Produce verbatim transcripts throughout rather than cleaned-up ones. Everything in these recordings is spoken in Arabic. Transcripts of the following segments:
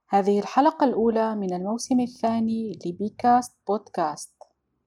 هذه الحلقة الأولى من الموسم الثاني لبيكاست بودكاست.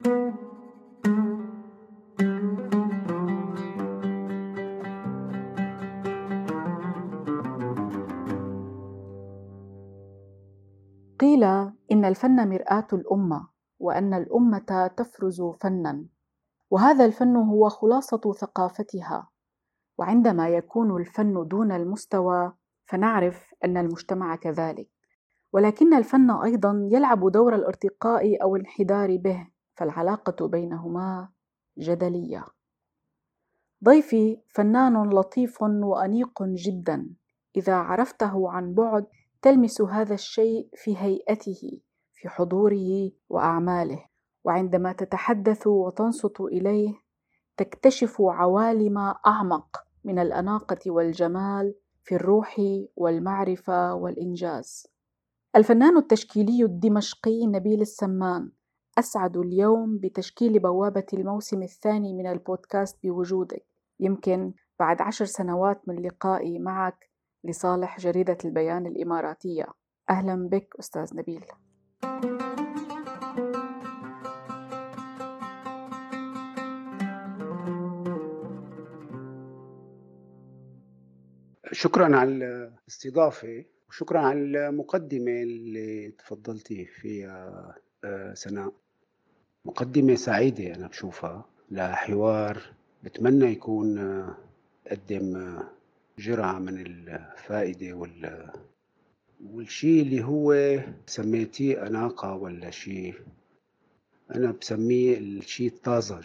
قيل إن الفن مرآة الأمة، وأن الأمة تفرز فناً، وهذا الفن هو خلاصة ثقافتها. وعندما يكون الفن دون المستوى فنعرف أن المجتمع كذلك، ولكن الفن أيضاً يلعب دور الارتقاء أو الانحدار به، فالعلاقة بينهما جدلية. ضيفي فنان لطيف وأنيق جداً، إذا عرفته عن بعد تلمس هذا الشيء في هيئته، في حضوره وأعماله، وعندما تتحدث وتنصت إليه تكتشف عوالم أعمق من الأناقة والجمال في الروح والمعرفة والإنجاز. الفنان التشكيلي الدمشقي نبيل السمان، أسعد اليوم بتشكيل بوابة الموسم الثاني من البودكاست بوجودك، يمكن بعد عشر سنوات من لقائي معك لصالح جريدة البيان الإماراتية. أهلا بك أستاذ نبيل. شكرا على الاستضافة وشكرا على المقدمة اللي تفضلتي فيها سناء. مقدمة سعيدة أنا بشوفها لحوار بتمنى يكون قدم جرعة من الفائدة وال والشيء اللي هو سميتيه أناقة ولا شيء، أنا بسميه الشيء الطازج،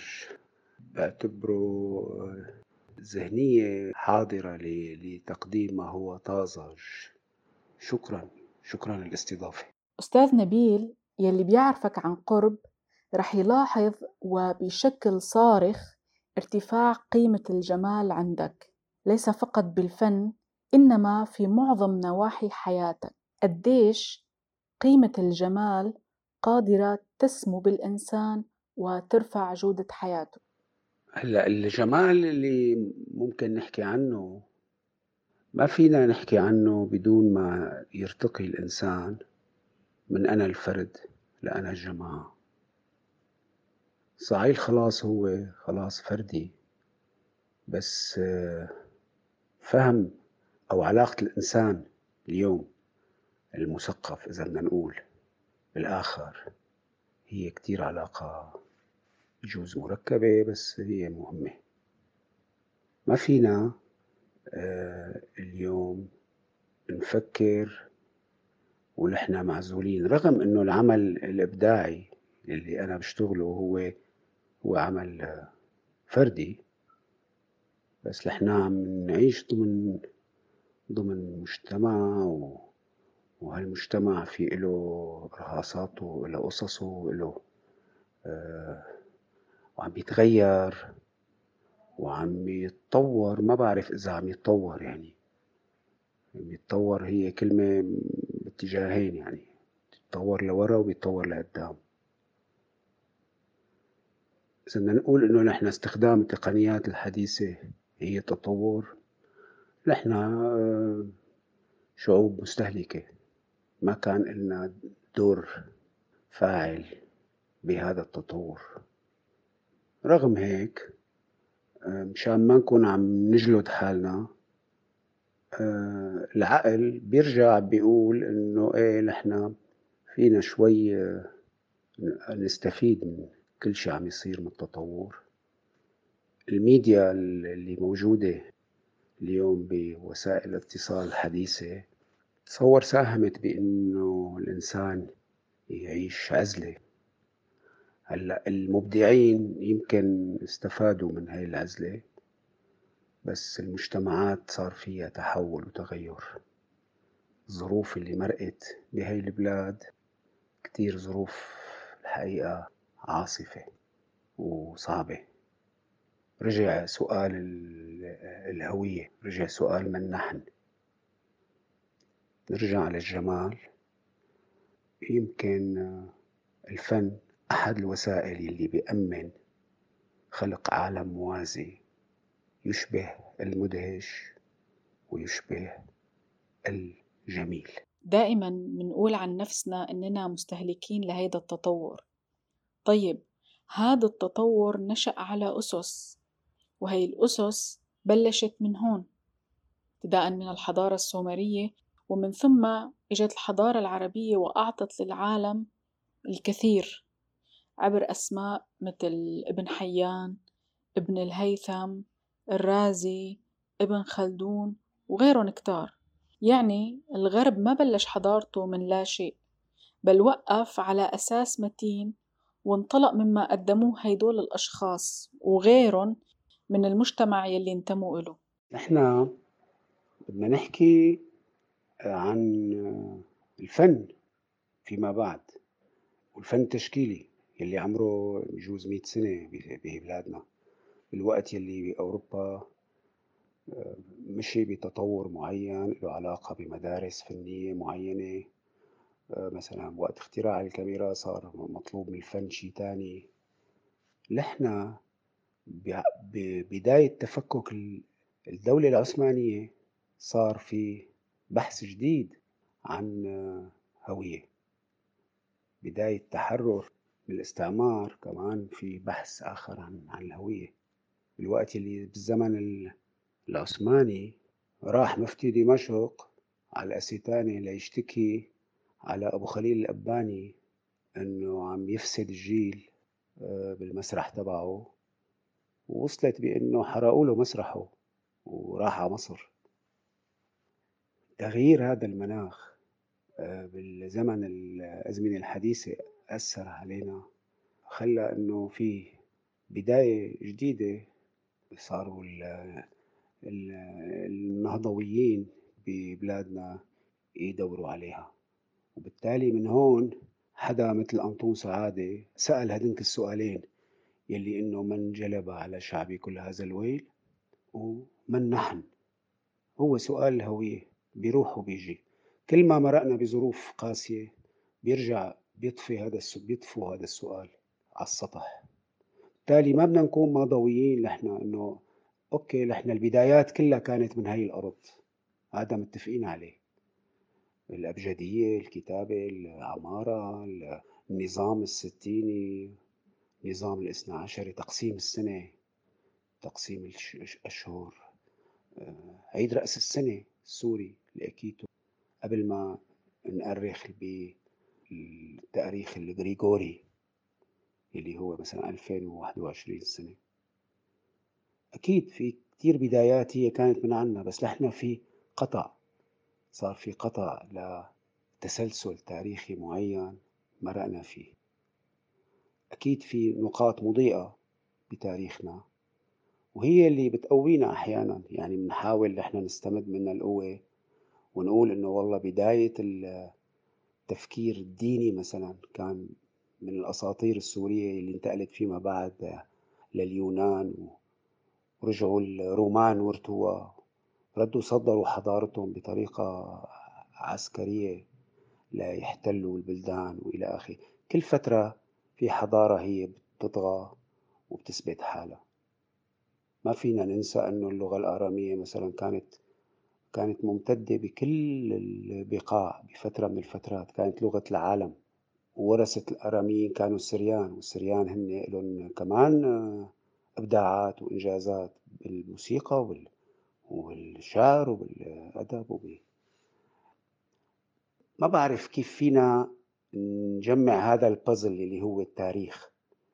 بعتبره ذهنية حاضرة لتقديم ما هو طازج. شكرا شكرا للاستضافة. أستاذ نبيل، يلي بيعرفك عن قرب رح يلاحظ وبشكل صارخ ارتفاع قيمة الجمال عندك، ليس فقط بالفن إنما في معظم نواحي حياتك. قديش قيمة الجمال قادرة تسمو بالإنسان وترفع جودة حياته؟ هلا الجمال اللي ممكن نحكي عنه ما فينا نحكي عنه بدون ما يرتقي الإنسان من أنا الفرد لأنا الجماعة. صحيح خلاص هو خلاص فردي، بس فهم أو علاقة الإنسان اليوم المثقف إذا بدنا نقول بالآخر هي كتير علاقة بجوز مركبة، بس هي مهمة. ما فينا آه اليوم نفكر ونحن معزولين، رغم انه العمل الابداعي اللي انا بشتغله هو هو عمل فردي، بس نحن عم نعيش ضمن ضمن مجتمع و... وهالمجتمع في له رهاصاته، له قصصه، له آه وعم يتغير وعم يتطور. ما بعرف إذا عم يتطور، يعني عم يتطور هي كلمة باتجاهين، يعني بيتطور لورا وبيتطور لقدام. إذا بدنا نقول إنه نحن استخدام التقنيات الحديثة هي تطور، نحن شعوب مستهلكة ما كان لنا دور فاعل بهذا التطور. رغم هيك مشان ما نكون عم نجلد حالنا، العقل بيرجع بيقول إنه إيه نحن فينا شوي نستفيد من كل شيء عم يصير من التطور. الميديا اللي موجودة اليوم بوسائل الاتصال الحديثة تصور ساهمت بأنه الإنسان يعيش عزلة. هلأ المبدعين يمكن استفادوا من هاي العزلة، بس المجتمعات صار فيها تحول وتغير. الظروف اللي مرقت بهاي البلاد كتير ظروف الحقيقة عاصفة وصعبة. رجع سؤال الهوية، رجع سؤال من نحن. نرجع للجمال. يمكن الفن أحد الوسائل اللي بيأمن خلق عالم موازي يشبه المدهش ويشبه الجميل. دائما منقول عن نفسنا إننا مستهلكين لهيدا التطور. طيب، هذا التطور نشأ على أسس، وهي الأسس بلشت من هون، ابتداء من الحضارة السومرية، ومن ثم إجت الحضارة العربية وأعطت للعالم الكثير عبر أسماء مثل ابن حيان، ابن الهيثم، الرازي، ابن خلدون وغيرهم كتار. يعني الغرب ما بلش حضارته من لا شيء، بل وقف على أساس متين وانطلق مما قدموه هيدول الأشخاص وغيرهم من المجتمع يلي انتموا إله. إحنا بدنا نحكي عن الفن فيما بعد، والفن التشكيلي يلي عمره بجوز مئة سنة ببلادنا، بالوقت يلي بأوروبا مشي بتطور معين له علاقة بمدارس فنية معينة. مثلا وقت اختراع الكاميرا صار مطلوب من الفن شي تاني. نحن ببداية تفكك الدولة العثمانية صار في بحث جديد عن هوية. بداية تحرر من الاستعمار كمان في بحث آخر عن عن الهوية. بالوقت اللي بالزمن العثماني راح مفتي دمشق على الأستانة ليشتكي على أبو خليل الأباني إنه عم يفسد الجيل بالمسرح تبعه، ووصلت بإنه حرقوا له مسرحه وراح على مصر. تغيير هذا المناخ بالزمن الأزمنة الحديثة أثر علينا، خلى إنه في بداية جديدة. صاروا النهضويين ببلادنا يدوروا عليها، وبالتالي من هون حدا مثل أنطون سعادة سأل هدنك السؤالين يلي إنه من جلب على شعبي كل هذا الويل ومن نحن. هو سؤال الهوية بيروح وبيجي، كل ما مرقنا بظروف قاسية بيرجع بيطفي هذا بيطفو هذا السؤال على السطح. بالتالي ما بدنا نكون ماضويين نحن إنه أوكي نحن البدايات كلها كانت من هاي الأرض، هذا متفقين عليه. الأبجدية، الكتابة، العمارة، النظام الستيني، نظام الاثنى عشري، تقسيم السنة، تقسيم الأشهر، عيد رأس السنة السوري الأكيتو، قبل ما نأرخ بالتاريخ الغريغوري اللي هو مثلا ألفين وواحد وعشرين سنة. أكيد في كتير بدايات هي كانت من عنا، بس نحن في قطع، صار في قطع لتسلسل تاريخي معين مرقنا فيه. أكيد في نقاط مضيئة بتاريخنا وهي اللي بتقوينا أحيانا، يعني بنحاول نحن نستمد منها القوة ونقول إنه والله بداية التفكير الديني مثلا كان من الأساطير السورية اللي انتقلت فيما بعد لليونان، ورجعوا الرومان ورثوها، ردوا صدروا حضارتهم بطريقة عسكرية ليحتلوا البلدان وإلى آخره. كل فترة في حضارة هي بتطغى وبتثبت حالها. ما فينا ننسى أنه اللغة الآرامية مثلا كانت كانت ممتدة بكل البقاع بفترة من الفترات، كانت لغة العالم. وورثت الآراميين كانوا السريان، والسريان هن لهم كمان إبداعات وإنجازات بالموسيقى والشعر وبالأدب وب... ما بعرف كيف فينا نجمع هذا البازل اللي هو التاريخ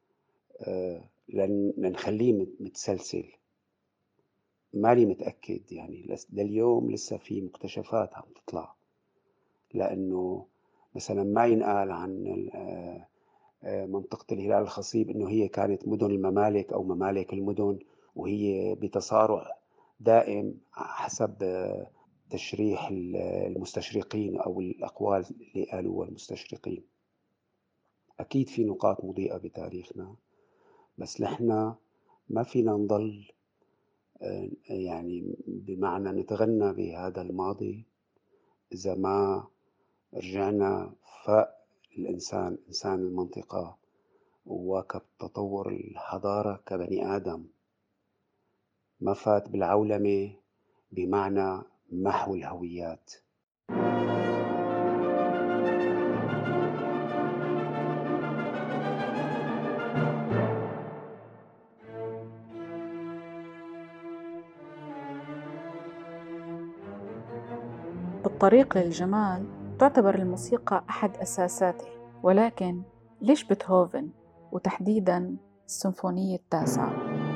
لنخليه متسلسل. مالي متأكد، يعني لليوم لسه في مكتشفات عم تطلع، لأنه مثلا ما ينقال عن منطقة الهلال الخصيب إنه هي كانت مدن الممالك أو ممالك المدن، وهي بتصارع دائم حسب تشريح المستشرقين أو الأقوال اللي قالوها المستشرقين. أكيد في نقاط مضيئة بتاريخنا، بس نحن ما فينا نضل يعني بمعنى نتغنى بهذا الماضي إذا ما رجعنا فاق الإنسان إنسان المنطقة وواكب تطور الحضارة كبني آدم، ما فات بالعولمة بمعنى محو الهويات. كطريق للجمال تعتبر الموسيقى أحد أساساته، ولكن ليش بيتهوفن وتحديداً السيمفونية التاسعة؟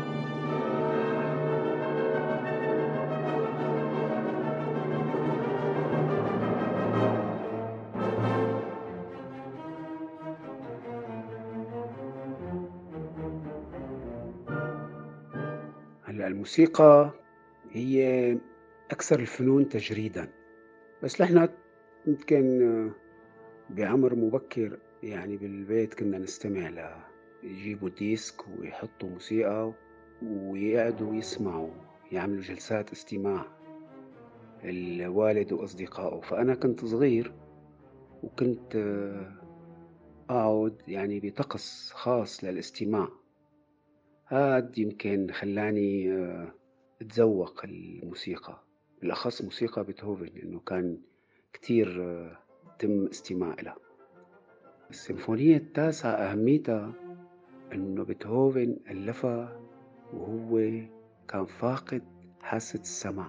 هلأ الموسيقى هي أكثر الفنون تجريدًا، بس نحن يمكن بعمر مبكر يعني بالبيت كنا نستمع ل يجيبوا ديسك ويحطوا موسيقى ويقعدوا يسمعوا، يعملوا جلسات استماع الوالد وأصدقائه، فأنا كنت صغير وكنت آه، أقعد يعني بطقس خاص للاستماع، هاد يمكن خلّاني آه، أتذوّق الموسيقى، بالأخص موسيقى بيتهوفن، إنه كان كتير آه، يتم استماع إلها. السيمفونية التاسعة أهميتها إنه بيتهوفن ألّفها وهو كان فاقد حاسة السمع،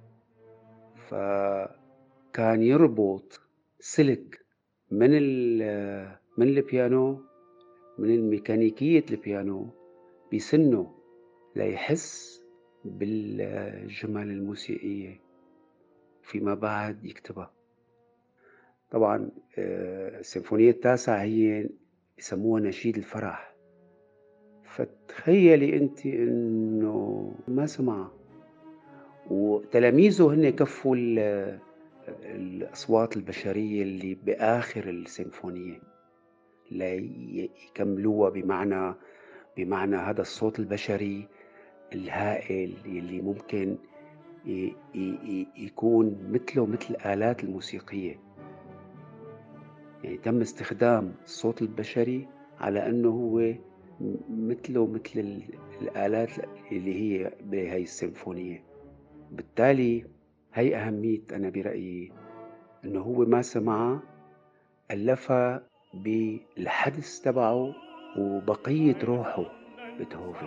فكان يربط سلك من ال من البيانو من الميكانيكية البيانو بسنّه ليحس بالجمل الموسيقية فيما بعد يكتبها. طبعًا آآ السيمفونية التاسعة هي يسموها نشيد الفرح، فتخيّلي أنتِ إنه ما سمعها وتلاميذه هن كفّوا ال الأصوات البشرية اللي بآخر السيمفونية لي يكملوها بمعنى بمعنى هذا الصوت البشري الهائل يلي ممكن ي ي ي يكون مثله مثل الآلات الموسيقية، يعني تم استخدام الصوت البشري على إنه هو م مثله مثل ال الآلات اللي هي بهاي السيمفونية، بالتالي هي أهمية أنا برأيي إنه هو ما سمعها ألّفها بالحدس تبعه وبقية روحه بيتهوفن.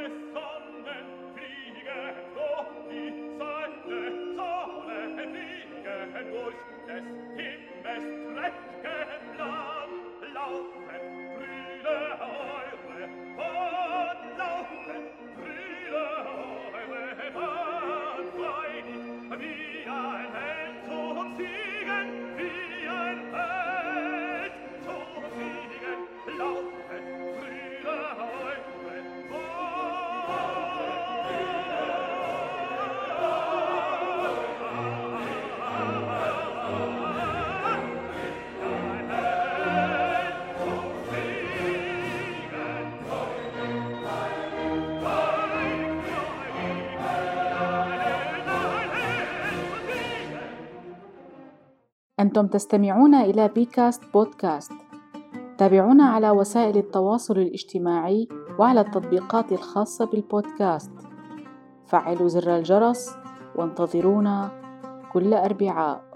أنتم تستمعون إلى بيكاست بودكاست. تابعونا على وسائل التواصل الاجتماعي وعلى التطبيقات الخاصة بالبودكاست. فعلوا زر الجرس وانتظرونا كل أربعاء.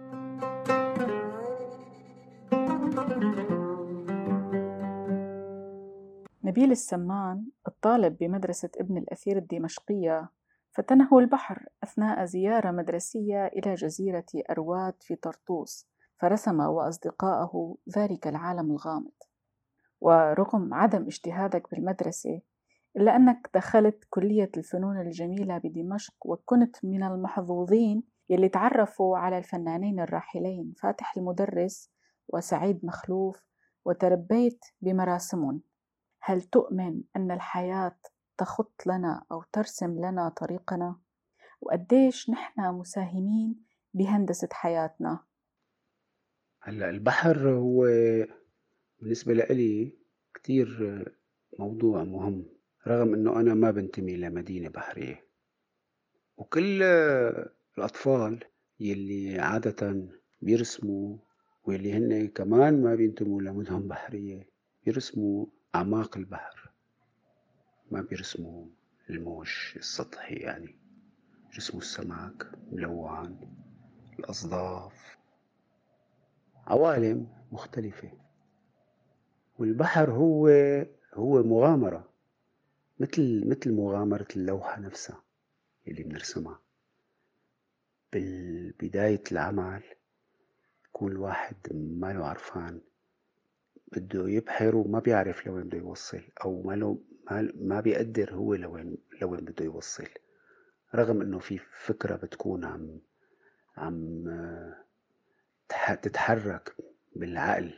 نبيل السمان الطالب بمدرسة ابن الأثير الدمشقية فتنه البحر أثناء زيارة مدرسية إلى جزيرة أرواد في طرطوس، فرسم وأصدقائه ذلك العالم الغامض. ورغم عدم اجتهادك بالمدرسة إلا أنك دخلت كلية الفنون الجميلة بدمشق، وكنت من المحظوظين يلي تعرفوا على الفنانين الراحلين فاتح المدرس وسعيد مخلوف وتربيت بمراسمهم. هل تؤمن أن الحياة تخط لنا أو ترسم لنا طريقنا؟ وقديش نحن مساهمين بهندسة حياتنا؟ هلأ البحر هو بالنسبة لإلي كتير موضوع مهم، رغم إنه أنا ما بانتمي لمدينة بحرية، وكل الأطفال يلّي عادةً بيرسموا واللي هن كمان ما بينتموا لمدن بحرية بيرسموا أعماق البحر، ما بيرسموا الموج السطحي يعني، بيرسموا السمك ملوّن، الأصداف، عوالم مختلفة. والبحر هو هو مغامرة مثل مثل مغامرة اللوحة نفسها اللي بنرسمها. بالبداية العمل يكون الواحد ما له عرفان، بده يبحر وما بيعرف لوين بده يوصّل، أو ما له ما ما بيقدّر هو لوين لوين بده يوصّل، رغم إنه في فكرة بتكون عم عم تح تتحرك بالعقل.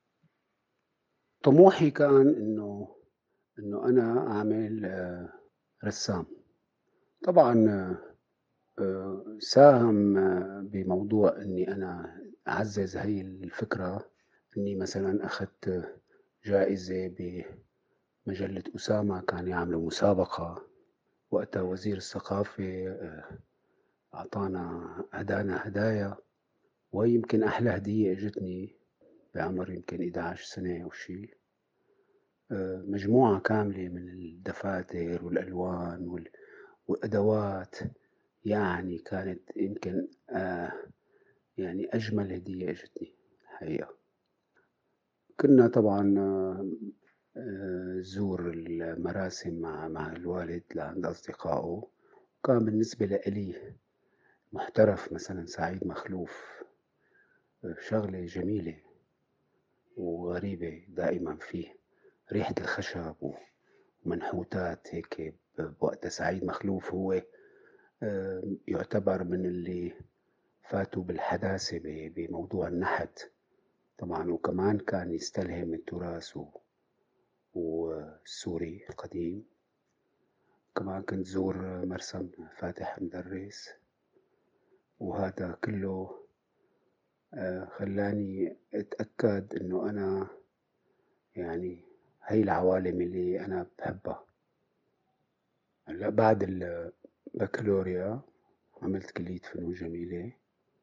طموحي كان إنه إنه أنا أعمل آآ رسّام. طبعًا آآ ساهم آه، بموضوع إني أنا أعزّز هي الفكرة، إني مثلًا أخدت جائزة بمجلة أسامة، كان يعملوا مسابقة، وقتها وزير الثقافة آآ أعطانا هدانا هدايا، وهي يمكن أحلى هدية إجتني بعمر يمكن إحدى عشرة سنة أو شي. آآ مجموعة كاملة من الدفاتر والألوان وال والأدوات، يعني كانت يمكن آآ يعني أجمل هدية إجتني الحقيقة. كنا طبعًا آآ نزور المراسم مع مع الوالد لعند أصدقائه، وكان بالنسبة لإلي محترف مثلًا سعيد مخلوف آآ شغلة جميلة وغريبة دائمًا فيه، ريحة الخشب و ومنحوتات هيك ب بوقتها سعيد مخلوف هو آآ يُعتبر من اللي فاتوا بالحداثة ب بموضوع النحت طبعًا، وكمان كان يستلهم التراث و والسوري القديم. كمان كنت زور مرسم فاتح مدرّس، وهذا كلّه آآ خلّاني أتأكد إنه أنا يعني هي العوالم اللي أنا باحبها. هلأ بعد البكالوريا عملت كلية فنون جميلة،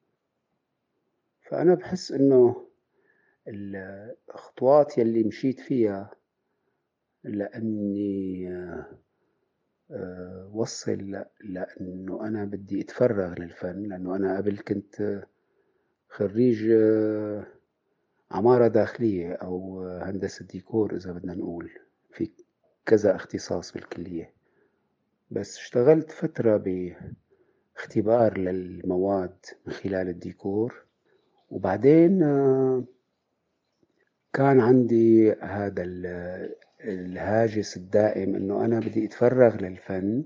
فأنا باحس إنه الخطوات يلّي مشيت فيها لإنّي آآ وصّل ل لإنه أنا بدّي أتفرّغ للفن، لإنه أنا قبل كنت خرّيج آه، عمارة داخلية أو هندسة ديكور إذا بدنا نقول، في كذا اختصاص بالكلية، بس اشتغلت فترة باختبار للمواد من خلال الديكور، وبعدين آه، كان عندي هذا ال الهاجس الدائم إنه أنا بدي أتفرّغ للفن،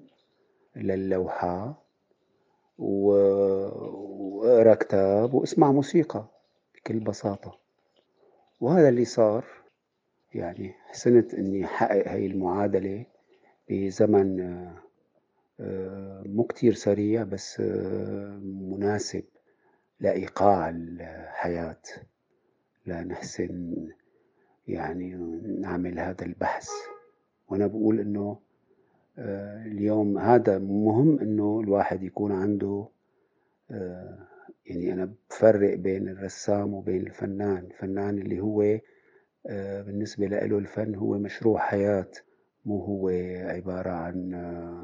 للوحة و وأقرا كتاب وأسمع موسيقى بكل بساطة، وهذا اللي صار. يعني حسنت إني أحقق هاي المعادلة بزمن آآ مو كتير سريع، بس آه، مناسب لإيقاع الحياة، لنحسن يعني نعمل هذا البحث. وأنا باقول إنه آآ اليوم هذا مهم إنه الواحد يكون عنده آآ يعني أنا بافرّق بين الرسّام وبين الفنان، الفنان اللي هو آآ بالنسبة لإله الفن هو مشروع حياة، مو هو عبارة عن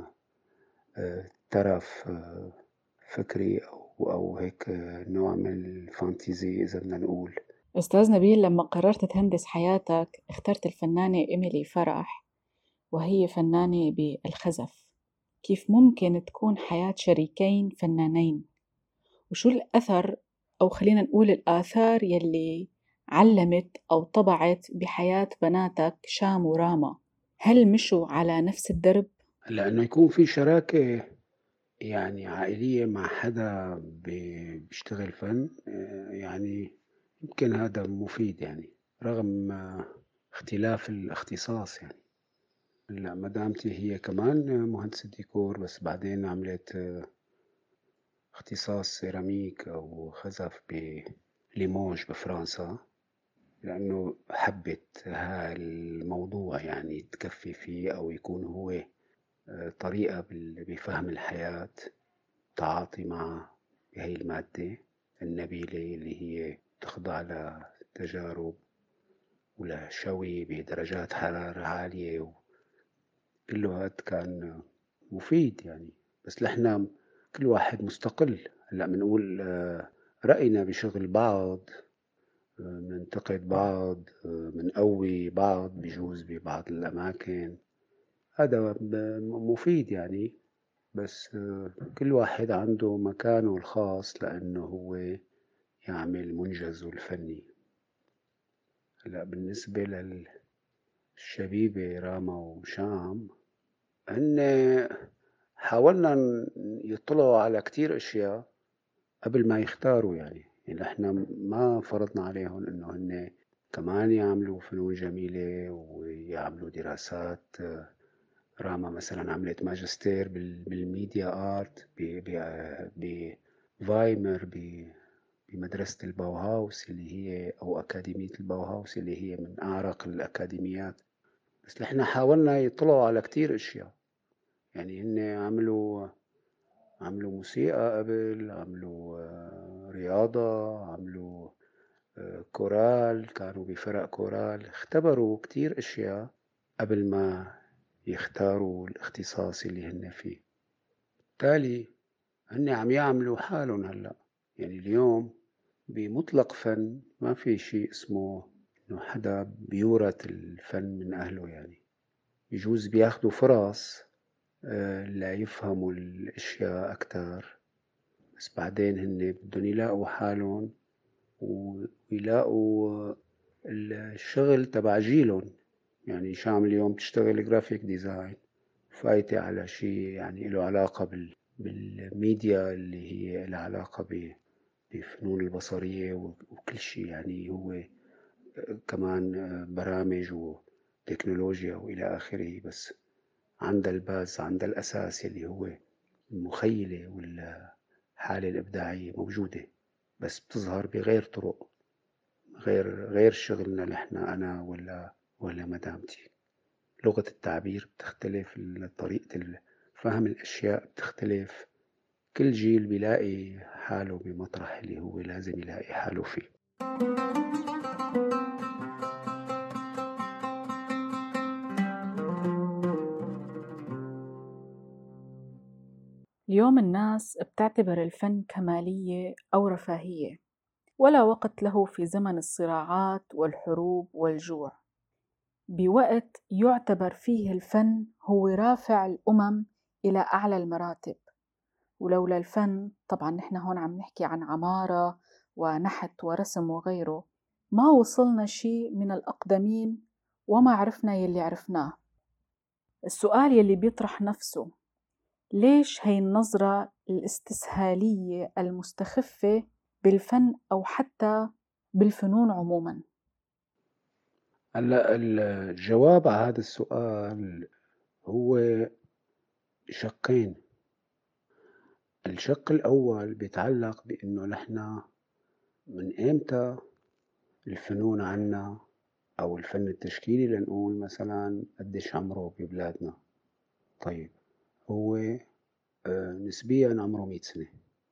آآ ترف آه، فكري أو أو هيك آه، نوع من الفانتزي إذا بدنا نقول. أستاذ نبيل، لما قررت تهندس حياتك اخترت الفنانة إيميلي فرح، وهي فنانة بالخزف. كيف ممكن تكون حياة شريكين فنانين؟ وشو الأثر، أو خلينا نقول الآثار يلي علمت أو طبعت بحياة بناتك شام وراما؟ هل مشوا على نفس الدرب؟ لإنه يكون في شراكة يعني عائلية مع حدا بي بيشتغل فن آآ يعني يمكن هذا مفيد يعني، رغم آه، اختلاف الاختصاص يعني. هلأ مدامتي هي كمان مهندسة ديكور، بس بعدين عملت آه، اختصاص سيراميك أو خزف بليموج بفرنسا، لأنه حبِّت هالموضوع يعني تكفّي فيه أو يكون هو آآ طريقة بال بفهم الحياة، التعاطي مع بهي المادة النبيلة اللي هي تخضع لتجارب ولشوي بدرجات حرارة عالية، وكلّه هاد كان مفيد يعني. بس نحن كل واحد مستقل، هلأ بنقول آآ رأينا بشغل بعض، آآ بننتقد بعض، آآ بنقوّي بعض بجوز ببعض الأماكن، هذا ب مفيد يعني. بس آه، كل واحد عنده مكانه الخاص لإنه هو يعمل منجزه الفني. هلأ بالنسبة للشبيبة راما وشام، هن حاولنا ن يطلعوا على كتير أشياء قبل ما يختاروا يعني، يعني إحنا ما فرضنا عليهم إنه هن كمان يعملوا فنون جميلة ويعملوا دراسات. راما مثلًا عملت ماجستير بال بالmedia art ب ب بweimar ب بمدرسة الباوهاوس اللي هي أو أكاديمية الباوهاوس اللي هي من أعرق الأكاديميات. بس إحنا حاولنا يطلعوا على كتير أشياء، يعني هن عملوا عملوا موسيقى قبل، عملوا آه، رياضة، عملوا آآ كورال، كانوا بفرق كورال، اختبروا كتير أشياء قبل ما يختاروا الاختصاص اللي هن فيه. بالتالي هن عم يعملوا حالهم هلأ، يعني اليوم بمطلق فن ما في شي اسمه إنه حدا بيورث الفن من أهله يعني، بيجوز بياخدوا فرص آآ ليفهموا الأشياء أكتر، بس بعدين هن بدّن يلاقوا حالهم ويلاقوا الشغل تبع جيلهم. يعني شام اليوم تشتغل graphic design، فايتة على شي يعني إله علاقة بال بالميديا اللي هي إلها علاقة ب بالفنون البصرية وكل شي، يعني هو كمان برامج وتكنولوجيا وإلى آخره. بس عندها الباز، عندها الأساس اللي هو المخيلة والحالة الإبداعية موجودة، بس بتظهر بغير طرق، غير غير شغلنا نحن أنا ولا ولا مدامتي. لغة التعبير بتختلف، ال طريقة ال فهم الأشياء بتختلف، كل جيل بيلاقي حاله بمطرح اللي هو لازم يلاقي حاله فيه. اليوم الناس بتعتبر الفن كمالية أو رفاهية، ولا وقت له في زمن الصراعات والحروب والجوع، بوقت يعتبر فيه الفن هو رافع الأمم إلى أعلى المراتب. ولولا الفن، طبعا نحن هون عم نحكي عن عمارة ونحت ورسم وغيره، ما وصلنا شيء من الأقدمين وما عرفنا يلي عرفناه. السؤال يلي بيطرح نفسه، ليش هي النظرة الاستسهالية المستخفة بالفن أو حتى بالفنون عموماً؟ هلأ الجواب على هذا السؤال هو شقين. الشق الأول بيتعلق بإنه نحن من إمتى الفنون عنا أو الفن التشكيلي لنقول مثلًا قديش عمره ببلادنا. طيب هو آآ نسبيًا عمره مئة سنة.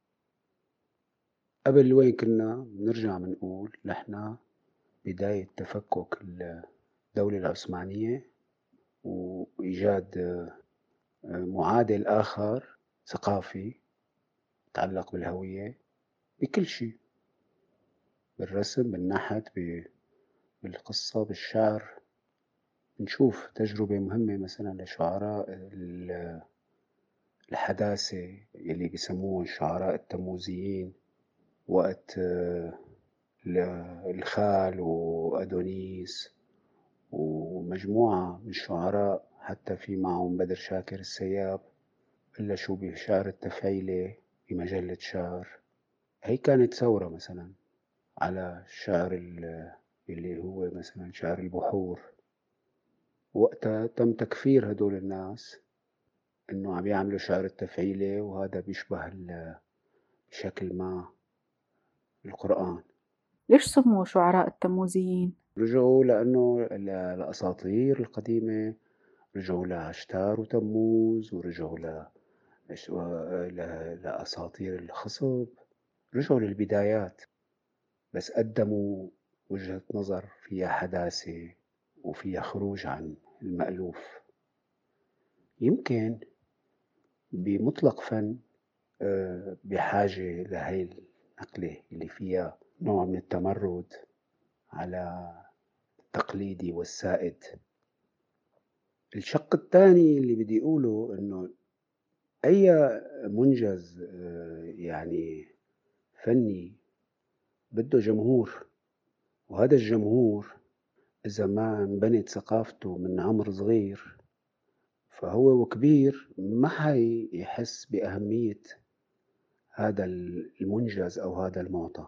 قبل وين كنا؟ بنرجع بنقول نحن بداية تفكُّك الدولة العثمانية وإيجاد آآ معادل آخر ثقافي يتعلق بالهوية بكل شي، بالرسم، بالنحت، ب بالقصة، بالشعر. بنشوف تجربة مهمة مثلًا لشعراء ال الحداثة يلّي بيسموهم الشعراء التموزيين، وقت آه، ل الخال وأدونيس ومجموعة من الشعراء، حتى في معهم بدر شاكر السياب، بلشوا بشعر التفعيلة بمجلة شعر. هي كانت ثورة مثلًا على الشعر ال اللي هو مثلًا شعر البحور. وقتها تم تكفير هدول الناس إنه عم يعملوا شعر التفعيلة وهذا بيشبه ال بشكل ما القرآن. ليش سموا شعراء التموزيين؟ رجعوا لأنه ال الأساطير القديمة، رجعوا لعشتار وتموز، ورجعوا ل إيش و ل لأساطير الخصب، رجعوا للبدايات، بس قدّموا وجهة نظر فيها حداثة وفيها خروج عن المألوف. يمكن بمطلق فن آآ بحاجة لهي النقلة اللي فيها نوع من التمرُّد على التقليدي والسائد. الشق التاني اللي بدي أقوله إنه أي منجز آآ يعني فني بده جمهور، وهذا الجمهور إذا ما انبنت ثقافته من عمر صغير، فهو وكبير ما حيحس بأهمية هذا ال المنجز أو هذا المُعطى.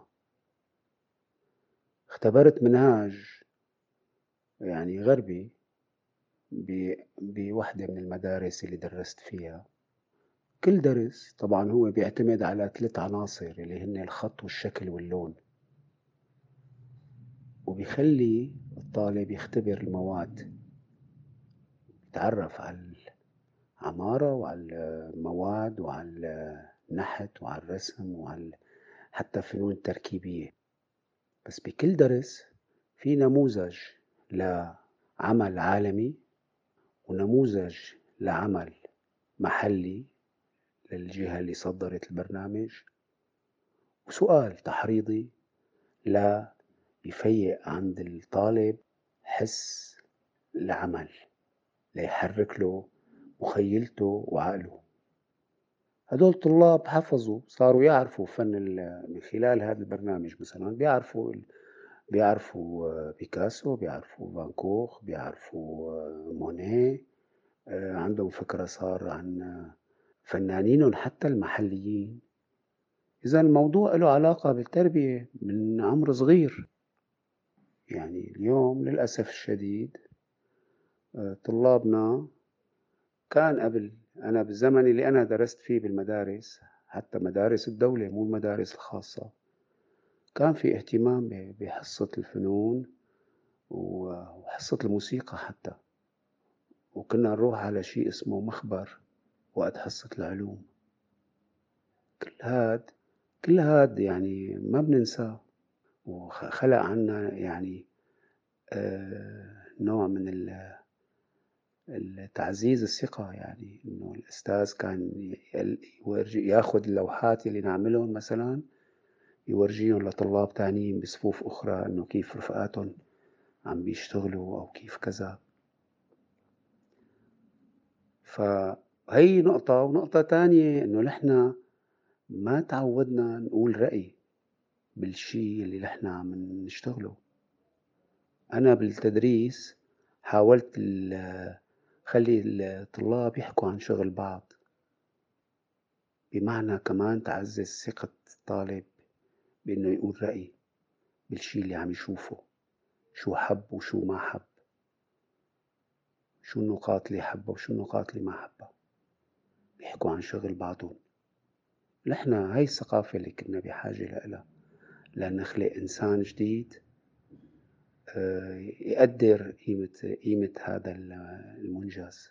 اختبرت منهاج يعني غربي ب بوحدة من المدارس اللي درست فيها. كل درس طبعًا هو بيعتمد على ثلاث عناصر اللي هن الخط والشكل واللون، وبيخلّي الطالب يختبر المواد، يتعرّف على العمارة وعلى المواد وعلى النحت وعلى الرسم وعلى ال حتى الفنون التركيبية. بس بكل درس في نموذج لعمل عالمي ونموذج لعمل محلي للجهة اللي صدّرت البرنامج، وسؤال تحريضي لا يفيّق عند الطالب حس العمل، ليحرّك له مخيلته وعقله. هدول طلاب حفظوا، صاروا يعرفوا فن ال من خلال هذا البرنامج مثلًا بيعرفوا ال بيعرفوا آه، بيكاسو، بيعرفوا فان كوخ، بيعرفوا آه، مونيه، آآ عندهم فكرة صار عن آه، فنانينهم حتى المحليين. إذا الموضوع له علاقة بالتربية من عمر صغير. يعني اليوم للأسف الشديد آآ طلابنا كان قبل أنا بالزمن اللي أنا درست فيه بالمدارس، حتى مدارس الدولة مو المدارس الخاصة، كان في اهتمام ب بحصة الفنون و وحصة الموسيقى حتى، وكنا نروح على شيء اسمه مخبر وقت حصة العلوم. كل هاد كل هاد يعني ما بننساه، وخ خلق عنا يعني آآ نوع من ال ال تعزيز الثقة، يعني إنه الأستاذ كان ي يورجي ياخد اللوحات اللي نعملهم مثلًا يورجيهم لطلاب تانيين بصفوف أخرى إنه كيف رفقاتهم عم بيشتغلوا أو كيف كذا. فهي نقطة، ونقطة تانية إنه نحن ما تعودنا نقول رأي بالشي اللي نحن عم نشتغله. أنا بالتدريس حاولت ال خلّي الطلاب يحكوا عن شغل بعض، بمعنى كمان تعزّز ثقة الطالب بإنه يقول رأي بالشي اللي عم يشوفه، شو حب وشو ما حب، شو النقاط اللي حبّا وشو النقاط اللي ما حبّا، يحكوا عن شغل بعضُن. نحن هاي الثقافة اللي كنّا بحاجة لإلها لنخلق إنسان جديد آآ يقدّر قيمة قيمة هذا ال المنجز.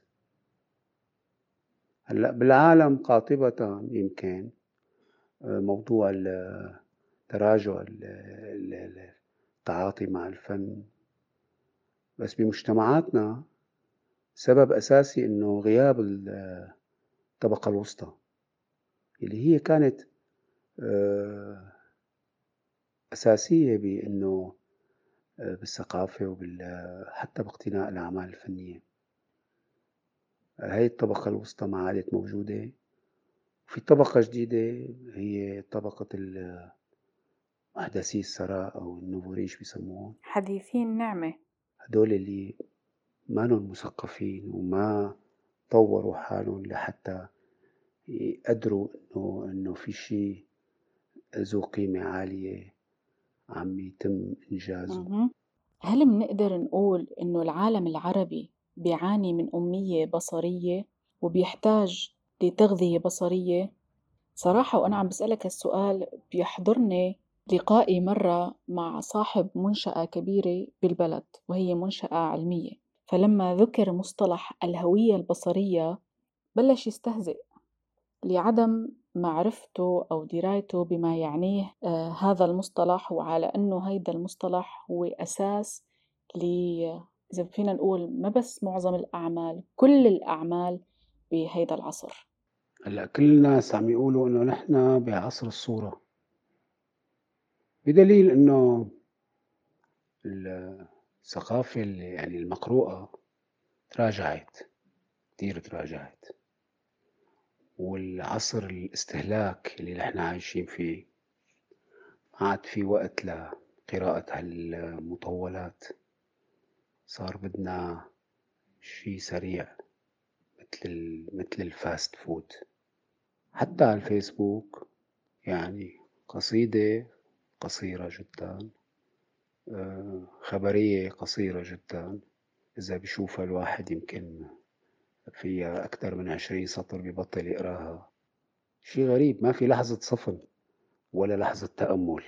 هلأ بالعالم قاطبةً يمكن آآ موضوع ال تراجع ال ال ال التعاطي مع الفن، بس بمجتمعاتنا سبب أساسي إنه غياب ال الطبقة الوسطى، اللي هي كانت آآ أساسية بإنه آآ بالثقافة وبال حتى باقتناء الأعمال الفنية. هاي الطبقة الوسطى ما عادت موجودة، وفي طبقة جديدة هي طبقة ال محدثي الثراء أو النوفو ريش بيسموهم. حديثي النعمة. هدول اللي مانن مثقفين وما طوّروا حالهم لحتى يقدروا إنه إنه في شي ذو قيمة عالية عم يتم إنجازه. اهم. هل منقدر نقول إنه العالم العربي بيعاني من أمية بصرية وبيحتاج لتغذية بصرية؟ صراحة وأنا عم بسألك هالسؤال بيحضرني لقائي مرة مع صاحب منشأة كبيرة بالبلد وهي منشأة علمية، فلما ذكر مصطلح الهوية البصرية بلش يستهزئ لعدم معرفته أو درايته بما يعنيه آه هذا المصطلح، وعلى أنه هيدا المصطلح هو أساس ل إذا فينا نقول ما بس معظم الأعمال، كل الأعمال بهيدا العصر. هلأ كل الناس عم يقولوا إنه نحن بعصر الصورة، بدليل إنه ال الثقافة ال يعني المقروءة تراجعت، كتير تراجعت. والعصر الاستهلاك اللي نحن عايشين فيه، ما عاد في وقت لقراءة هالمطولات، صار بدنا شي سريع متل ال متل الfast food. حتى على الفيسبوك يعني قصيدة قصيرة جدًا، آآ خبرية قصيرة جدًا، إذا بيشوفها الواحد يمكن فيها أكتر من عشرين سطر ببطّل يقراها. شي غريب، ما في لحظة صفن ولا لحظة تأمُّل.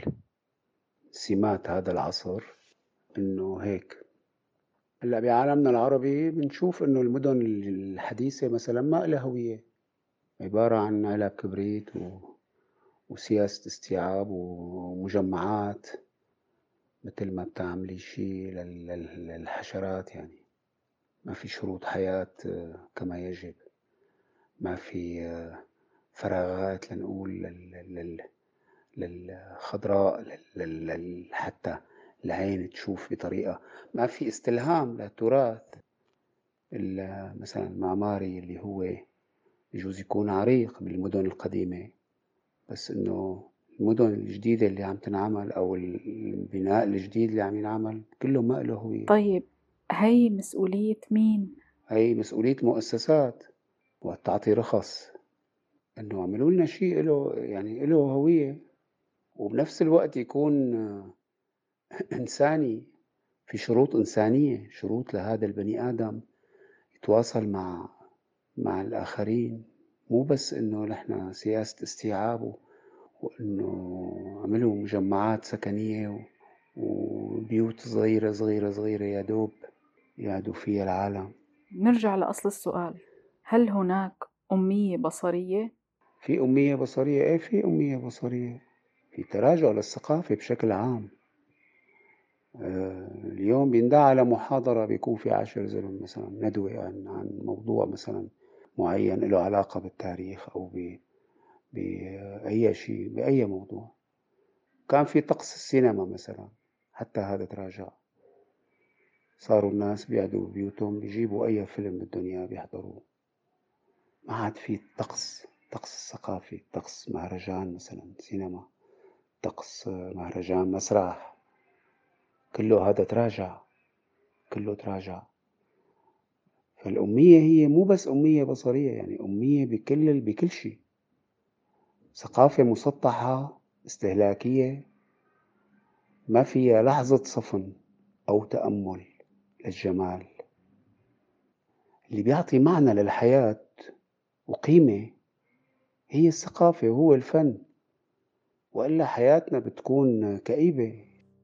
سمات هذا العصر إنه هيك. هلأ بعالمنا العربي بنشوف إنه المدن ال الحديثة مثلًا ما إلها هوية، عبارة عن علب كبريت و وسياسة استيعاب ومجمعات متل ما بتعملي شي لل لل للحشرات يعني، ما في شروط حياة آه، كما يجب، ما في آه، فراغات لنقول لل لل للخضراء لل لل لل حتى العين تشوف بطريقة، ما في استلهام للتراث ال مثلًا المعماري اللي هو يجوز يكون عريق بالمدن القديمة، بس إنه المدن الجديدة اللي عم تنعمل أو ال البناء الجديد اللي عم ينعمل كلّه ما إله هوية. طيب، هي مسؤولية مين؟ هي مسؤولية مؤسسات وقت تعطي رخص إنه اعملوا لنا شيء إله يعني إله هوية، وبنفس الوقت يكون آه، إنساني، في شروط إنسانية، شروط لهذا البني آدم يتواصل مع مع الآخرين، مو بس إنه نحن سياسة استيعاب و وإنه عملوا مجمعات سكنية و وبيوت صغيرة، صغيرة، صغيرة يا دوب يقعدوا فيها العالم. نرجع لأصل السؤال، هل هناك أمية بصرية؟ في أمية بصرية، إيه في أمية بصرية، في تراجع للثقافة بشكل عام. آآ اليوم بيندعى لمحاضرة بيكون في عشر زلم مثلًا ندوة عن عن موضوع مثلًا معيّن إله علاقة بالتاريخ أو ب بأي شيء، بأي موضوع. كان في طقس السينما مثلًا، حتى هذا تراجع. صاروا الناس بيقعدوا ببيوتهم بيجيبوا أي فيلم بدهم إياه بيحضروه. ما عاد في طقس، طقس ثقافي، طقس مهرجان مثلًا سينما، طقس مهرجان مسرح، كله هذا تراجع، كله تراجع. فالأمية هي مو بس أمية بصرية، يعني أمية بكل ال بكل شي. ثقافة مسطحة استهلاكية ما فيها لحظة صفن أو تأمل للجمال. اللي بيعطي معنى للحياة وقيمة هي الثقافة وهو الفن، وإلا حياتنا بتكون كئيبة.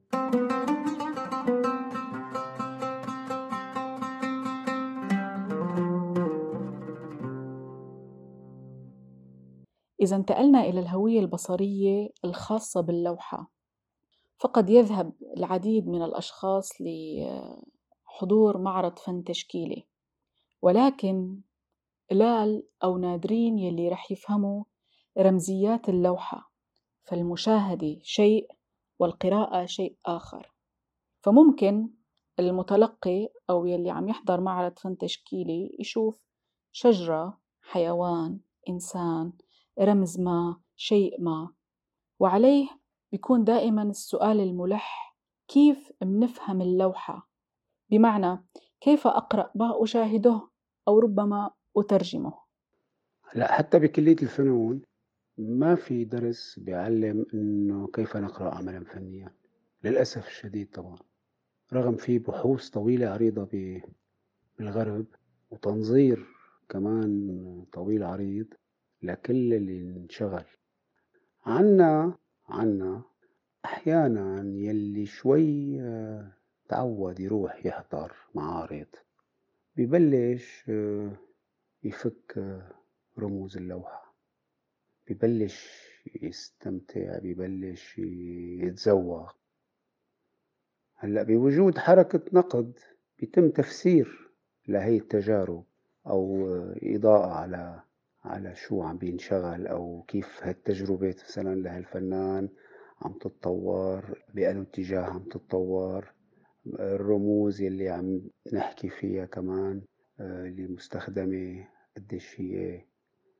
إذا انتقلنا إلى الهوية البصرية الخاصة باللوحة، فقد يذهب العديد من الأشخاص لحضور معرض فن تشكيلي، ولكن قلال أو نادرين يلي رح يفهموا رمزيات اللوحة، فالمشاهدة شيء والقراءة شيء آخر. فممكن المتلقي أو يلي عم يحضر معرض فن تشكيلي يشوف شجرة، حيوان، إنسان، رمز ما، شيء ما، وعليه بيكون دائما السؤال الملح: كيف منفهم اللوحة؟ بمعنى كيف أقرأ ما أشاهده أو ربما أترجمه. لأ حتى بكلية الفنون ما في درس بيعلّم إنه كيف نقرأ عملًا فنيًا، للأسف الشديد طبعًا، رغم في بحوث طويلة عريضة ب بالغرب وتنظير كمان طويل عريض لكل اللي انشغل. عنا عنا أحيانًا يلّي شوي آه، اتعوّد يروح يحضر معارض بيبلّش آه، يفك آه، رموز اللوحة، بيبلّش يستمتع، بيبلّش يتذوّق. هلأ بوجود حركة نقد بيتم تفسير لهي التجارب أو إضاءة على على شو عم بينشغل أو كيف هالتجربة مثلًا لهالفنان عم تتطور، بأنو اتجاه عم تتطور، الرموز يلّي عم نحكي فيها كمان آآ اللي مستخدمة قديش هي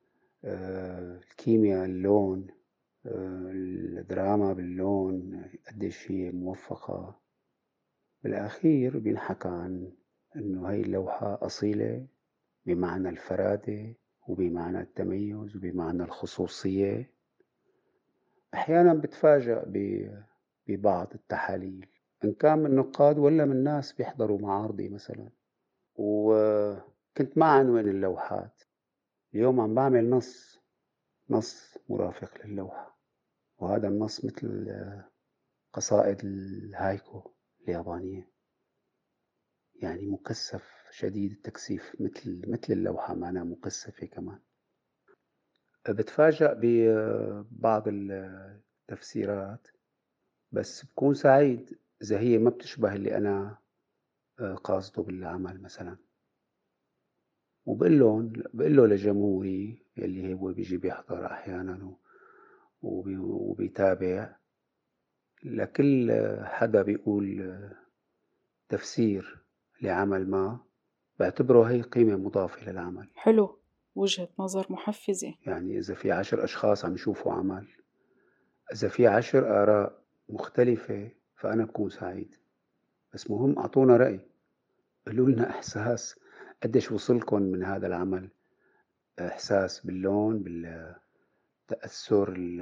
آآ الكيميا، اللون، آآ الدراما باللون قديش هي موفّقة. بالأخير بينحكى عن إنه هاي اللوحة أصيلة بمعنى الفرادة وبمعنى التميُّز وبمعنى الخصوصية. أحيانًا باتفاجأ ب ببعض التحاليل إن كان من نقاد والّا من ناس بيحضروا معارضي مثلًا، وكنت ما عنوان اللوحات، اليوم عم باعمل نص، نص مرافق للوحة، وهذا النص مثل قصائد الهايكو اليابانية، يعني مكثّف شديد التكثيف مثل مثل اللوحة معناها مكثّفة كمان. باتفاجأ ببعض التفسيرات، بس باكون سعيد إذا هي ما بتشبه اللي أنا آآ قاصده بالعمل مثلًا، وباقول لهم باقول له لجمهوري يلّي هو بييجي بيحضر أحيانًا و وبي وبيتابع، لكل حدا بيقول تفسير لعمل ما، باعتبره هي قيمة مضافة للعمل. حلو، وجهة نظر محفزة. يعني إذا في عشر أشخاص عم يشوفوا عمل، إذا في عشر آراء مختلفة فأنا باكون سعيد، بس مهم أعطونا رأي، قولوا لنا إحساس قديش وصلكم من هذا العمل، إحساس باللون، بالتأثُّر ال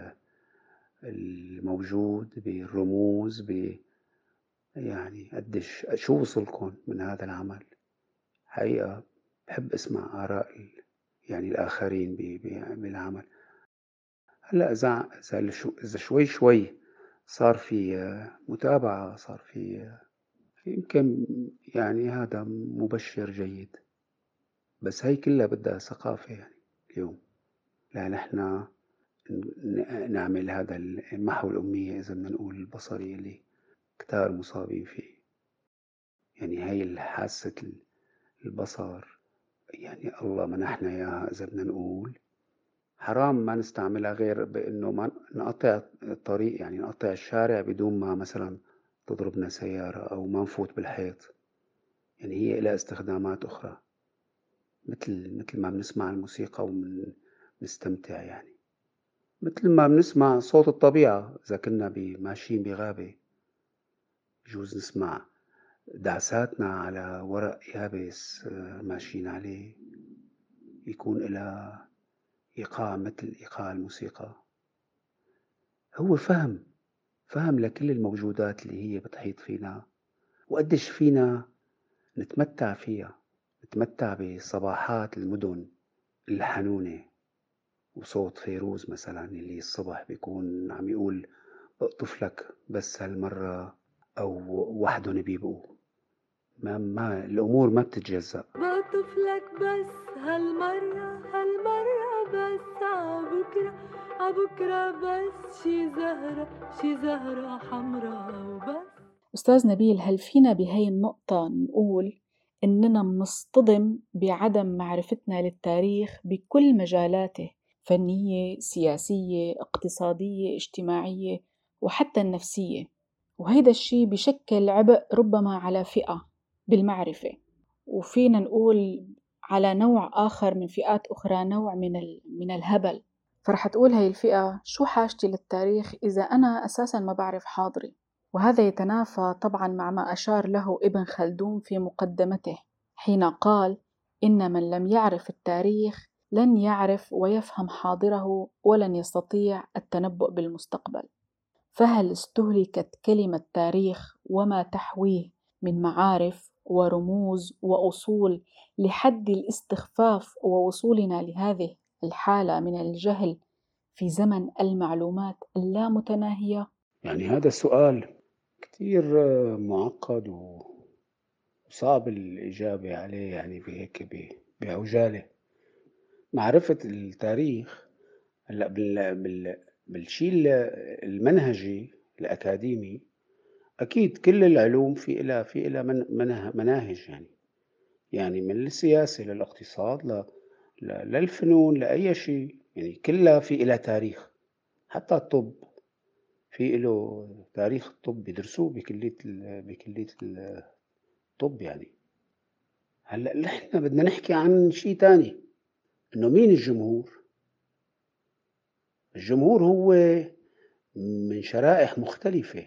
الموجود، بالرموز، ب يعني قديش شو وصلكم من هذا العمل. حقيقة باحب أسمع آراء ال يعني الآخرين ب ب بالعمل. هلأ إذا إذا الش إذا شوي شوي صار في متابعة، صار في يمكن يعني هذا مُبشِّر جيد، بس هي كلّها بدها ثقافة يعني اليوم، لنحن ن ن نعمل هذا ال محو الأمية إذا بدنا نقول البصري اللي كتار مصابين فيه. يعني هي ال حاسة ال البصر، يعني الله منحنا إياها إذا بدنا نقول، حرام ما نستعملها غير بإنه ما نقطّع الطريق، يعني نقطّع الشارع بدون ما مثلًا تضربنا سيارة أو ما نفوت بالحيط، يعني هي إلها استخدامات أخرى، متل متل ما بنسمع الموسيقى وبن نستمتع يعني، متل ما بنسمع صوت الطبيعة إذا كنّا ب ماشيين بغابة، بجوز نسمع دعساتنا على ورق يابس آآ ماشيين عليه، يكون إلها إيقاع متل إيقاع الموسيقى. هو فهم، فهم لكل الموجودات اللي هي بتحيط فينا، وقديش فينا نتمتّع فيها، نتمتّع بصباحات المدن الحنونة، وصوت فيروز مثلًا اللي الصبح بيكون عم يقول اقطف لك بس هالمرّة، أو وحدُن بيبقوا، ما ما الأمور ما بتتجزأ. باقطف لك بس هالمرة هالمرة بس عبكرة عبكرة بس شي زهرة شي زهرة حمرا وبس. أستاذ نبيل، هل فينا بهاي النقطة نقول إننا منصطدم بعدم معرفتنا للتاريخ بكل مجالاته، فنية، سياسية، اقتصادية، اجتماعية، وحتى النفسية، وهيدا الشي بشكل عبء ربما على فئة بالمعرفة، وفينا نقول على نوع آخر من فئات أخرى نوع من من الهبل. فرح تقول هاي الفئة شو حاجتي للتاريخ إذا أنا أساساً ما بعرف حاضري؟ وهذا يتنافى طبعاً مع ما أشار له ابن خلدون في مقدمته حين قال: إن من لم يعرف التاريخ لن يعرف ويفهم حاضره ولن يستطيع التنبؤ بالمستقبل. فهل استهلكت كلمة تاريخ وما تحويه من معارف ورموز وأصول لحد الاستخفاف ووصولنا لهذه الحالة من الجهل في زمن المعلومات اللامتناهية؟ يعني هذا السؤال كتير مُعقّد و وصعب الإجابة عليه يعني بهيك ب بعُجالة. معرفة التاريخ هلأ بال بال بالشي ال المنهجي الأكاديمي، أكيد كل العلوم في إلها في إلها من منه مناهج يعني، يعني من السياسة للاقتصاد ل ل للفنون لأي شيء، يعني كلها في إلها تاريخ، حتى الطب في إله تاريخ الطب بيدرسوه بكلية ال بكلية ال الطب يعني. هلأ نحن بدنا نحكي عن شي تاني، إنه مين الجمهور؟ الجمهور هو من شرائح مختلفة.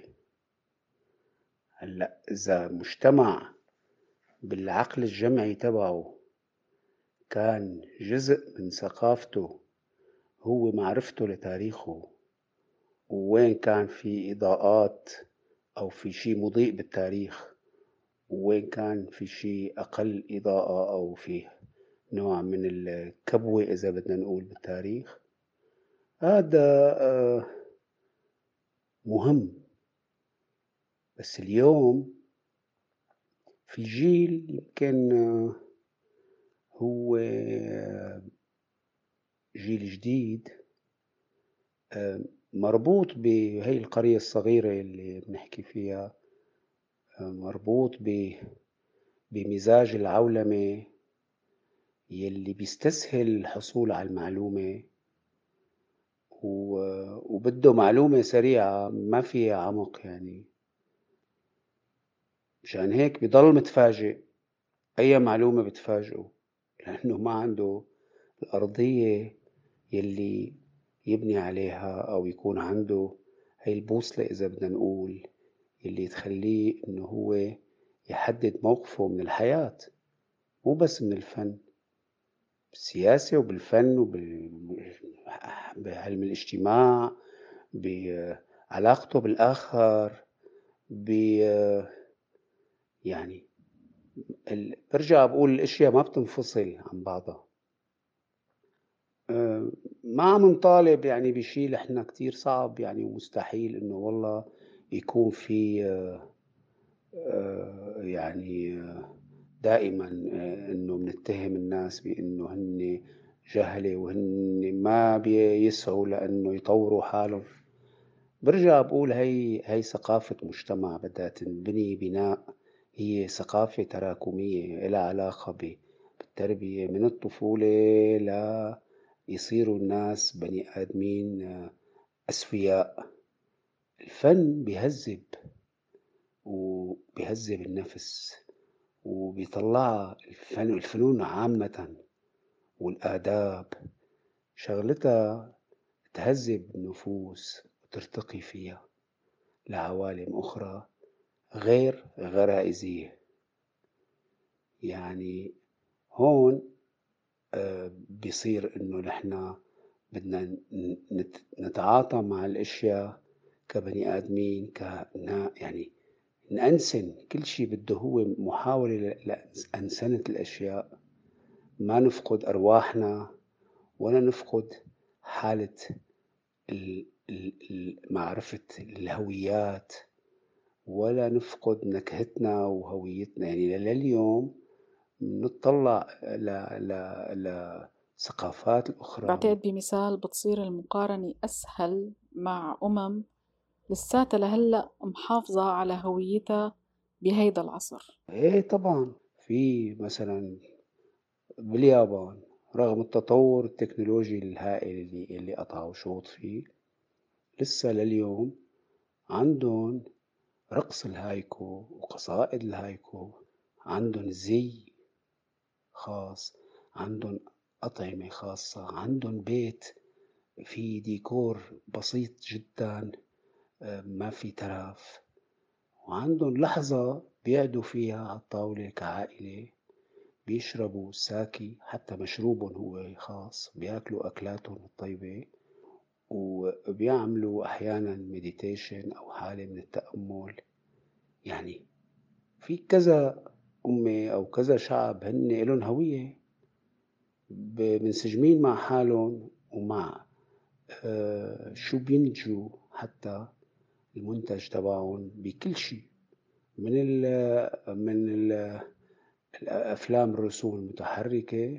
هلأ إذا مجتمع بالعقل الجمعي تبعه كان جزء من ثقافته هو معرفته لتاريخه، ووين كان في إضاءات أو في شي مضيء بالتاريخ، ووين كان في شي أقل إضاءة أو فيه نوع من الكبوة إذا بدنا نقول بالتاريخ، هذا آه، مهم. بس اليوم في جيل يمكن آه، هو آه، جيل جديد آه، مربوط بهي القرية الصغيرة اللي بنحكي فيها، آه، مربوط بمزاج العولمة يلي بيستسهل الحصول على المعلومة، وبده معلومة سريعة ما فيها عمق يعني. مشان هيك بيضل متفاجئ، أي معلومة بتفاجئه لأنه ما عنده الأرضية يلي يبني عليها أو يكون عنده هاي البوصلة إذا بدنا نقول يلي تخليه إنه هو يحدد موقفه من الحياة، مو بس من الفن، بالسياسة وبالفن وبعلم الاجتماع، بعلاقته بالآخر، ب يعني ال... برجع بقول الأشياء ما بتنفصل عن بعضها. أه ما عم نطالب يعني بشيء لحنا كتير صعب يعني ومستحيل إنه والله يكون في أه أه يعني أه دائما أه إنه بنتهم الناس بإنه هن جهلة وهن ما بيسعوا لأنه يطوروا حالهم. برجع بقول هي هي ثقافة مجتمع بدها تنبني بناء، هي ثقافة تراكمية لها علاقة بالتربية من الطفولة لا يصيروا الناس بني آدمين أسوياء. الفن بيهذب وبيهذب النفس وبيطلع الفن الفنون عامة والآداب شغلتها تهذب النفوس وترتقي فيها لعوالم أخرى غير غرائزية. يعني هون آه، بيصير إنه نحنا بدنا نتعاطى مع الأشياء كبني آدمين كنا يعني نأنسن كل شيء بده هو محاولة لأنسنة الأشياء، ما نفقد أرواحنا ولا نفقد حالة معرفة الهويات ولا نفقد نكهتنا وهويتنا. يعني لليوم نطلع لثقافات الأخرى. بعتقد بمثال بتصير المقارنة أسهل مع أمم لساتها لهلأ محافظة على هويتها بهيدا العصر. ايه طبعا في مثلا باليابان رغم التطور التكنولوجي الهائل اللي, اللي قطعوا شوط فيه لسه لليوم عندهم رقص الهايكو وقصائد الهايكو، عندهم زي خاص، عندهم أطعمة خاصة، عندهم بيت في ديكور بسيط جدا ما في ترف، وعندهم لحظة بيقعدوا فيها على الطاولة كعائلة بيشربوا ساكي حتى مشروبهم هو خاص، بياكلوا أكلاتهم الطيبة وبيعملوا أحيانا مديتيشن أو حالة من التأمل. يعني في كذا أمة أو كذا شعب هن إلهم هوية منسجمين مع حالهم ومع آه شو بينتجوا حتى المنتج تبعهم بكل شيء من ال من ال الأفلام الرسوم المتحركة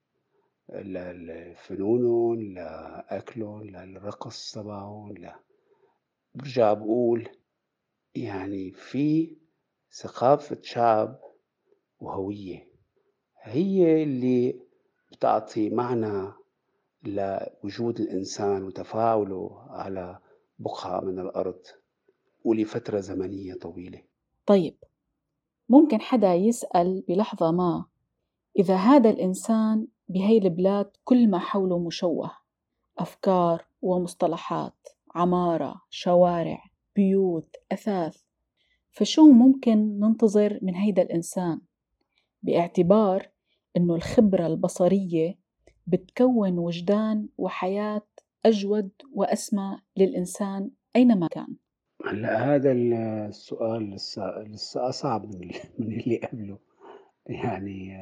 لفنونهم لأكلهم للرقص تبعهم. لا برجع بقول يعني في ثقافة شعب وهوية هي اللي بتعطي معنى لوجود الإنسان وتفاعله على بقعة من الأرض ولفترة زمنية طويلة. طيب ممكن حدا يسأل بلحظة ما إذا هذا الإنسان بهي البلاد كل ما حوله مشوه أفكار ومصطلحات، عمارة، شوارع، بيوت، أثاث. فشو ممكن ننتظر من هيدا الإنسان؟ باعتبار إنه الخبرة البصرية بتكون وجدان وحياة أجود وأسمى للإنسان أينما كان. هلأ هذا السؤال لسه لسه أصعب من ال من اللي قبله. يعني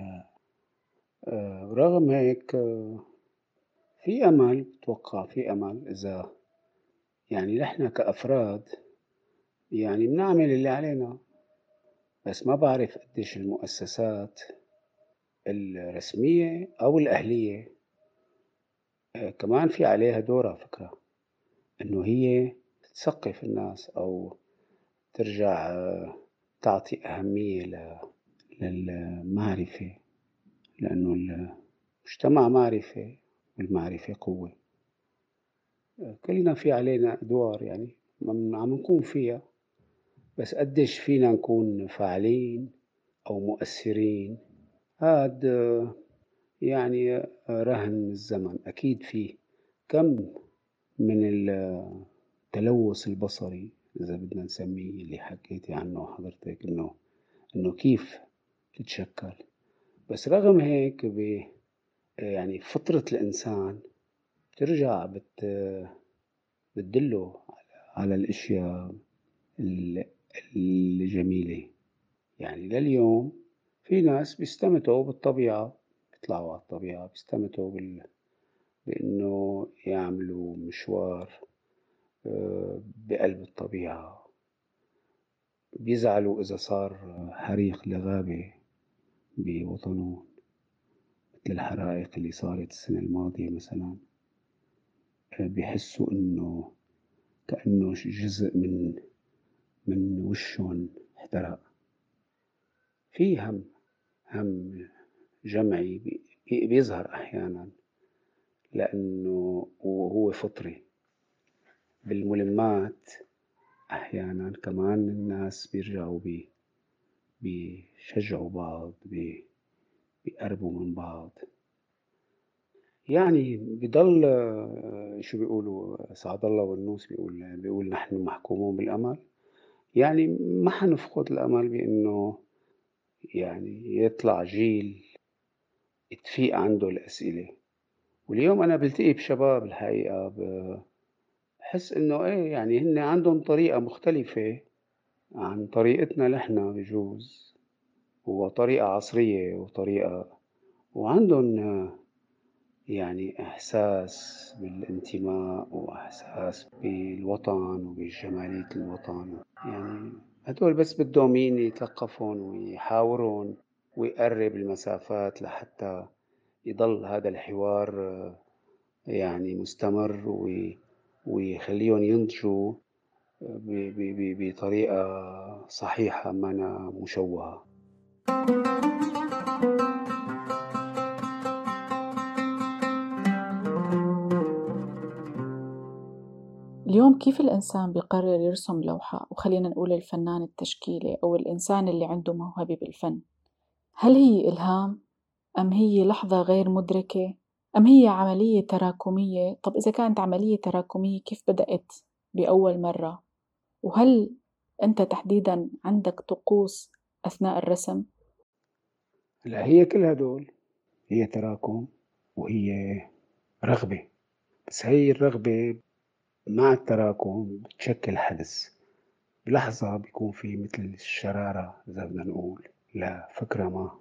آآ رغم هيك آه، في أمل، باتوقع في أمل إذا يعني نحن كأفراد يعني بنعمل اللي علينا، بس ما بعرف قديش المؤسسات الرسمية أو الأهلية آآ كمان في عليها دور على فكرة، إنه هي تثقف الناس أو ترجع آه، تعطي أهمية ل للمعرفة، لأنه المجتمع معرفة والمعرفة قوة. آآ كلنا في علينا أدوار يعني عم عم نقوم فيها، بس قديش فينا نكون فاعلين أو مؤثرين هاد آه، يعني آه، رهن الزمن. أكيد في كم من التلوث البصري إذا بدنا نسميه اللي حكيتِ عنه حضرتِك إنه إنه كيف تتشكل، بس رغم هيك ب يعني فطرة الإنسان بترجع بت بتدله على الأشياء ال الجميلة. يعني لليوم في ناس بيستمتعوا بالطبيعة، بيطلعوا على الطبيعة بيستمتعوا بال بإنه يعملوا مشوار آآ بقلب الطبيعة، بيزعلوا إذا صار حريق لغابة بوطنهم مثل الحرائق اللي صارت السنة الماضية مثلًا. آآ بيحسّوا إنه كأنه ش جزء من من وشّن احترق. في هَم هَم جمعي بي بي بيظهر أحيانًا لأنه وهو فطري. بالملمّات أحيانًا كمان الناس بيرجعوا بي بيشجعوا بعض، بي بيقربوا من بعض. يعني بيضل شو بيقولوا سعد الله والنوس بيقول بيقول نحن محكومون بالأمل. يعني ما حنفقد الأمل بإنه يعني يطلع جيل تفيق عنده الأسئلة. واليوم أنا بالتقي بشباب الحقيقة باحس إنه إيه يعني هن عندهم طريقة مختلفة عن طريقتنا نحن بجوز، وطريقة عصرية وطريقة وعندهم يعني إحساس بالانتماء وإحساس بالوطن وبجمالية الوطن. يعني هدول بس بدهم مين يتلقفهم ويحاورهم ويقرب المسافات لحتى يضل هذا الحوار يعني مستمر وي ويخليهم ينضجوا ب ب ب بطريقة صحيحة مانا مشوهة. اليوم كيف الإنسان بيقرر يرسم لوحة، وخلينا نقول الفنان التشكيلي أو الإنسان اللي عنده موهبة بالفن؟ هل هي إلهام؟ أم هي لحظة غير مدركة؟ أم هي عملية تراكمية؟ طب إذا كانت عملية تراكمية كيف بدأت بأول مرة؟ وهل أنت تحديداً عندك طقوس أثناء الرسم؟ لا، هي كل هدول هي تراكم وهي رغبة، بس هي الرغبة مع التراكم بتشكل حدث. بلحظة بيكون في مثل الشرارة إذا بدنا نقول لفكرة ما.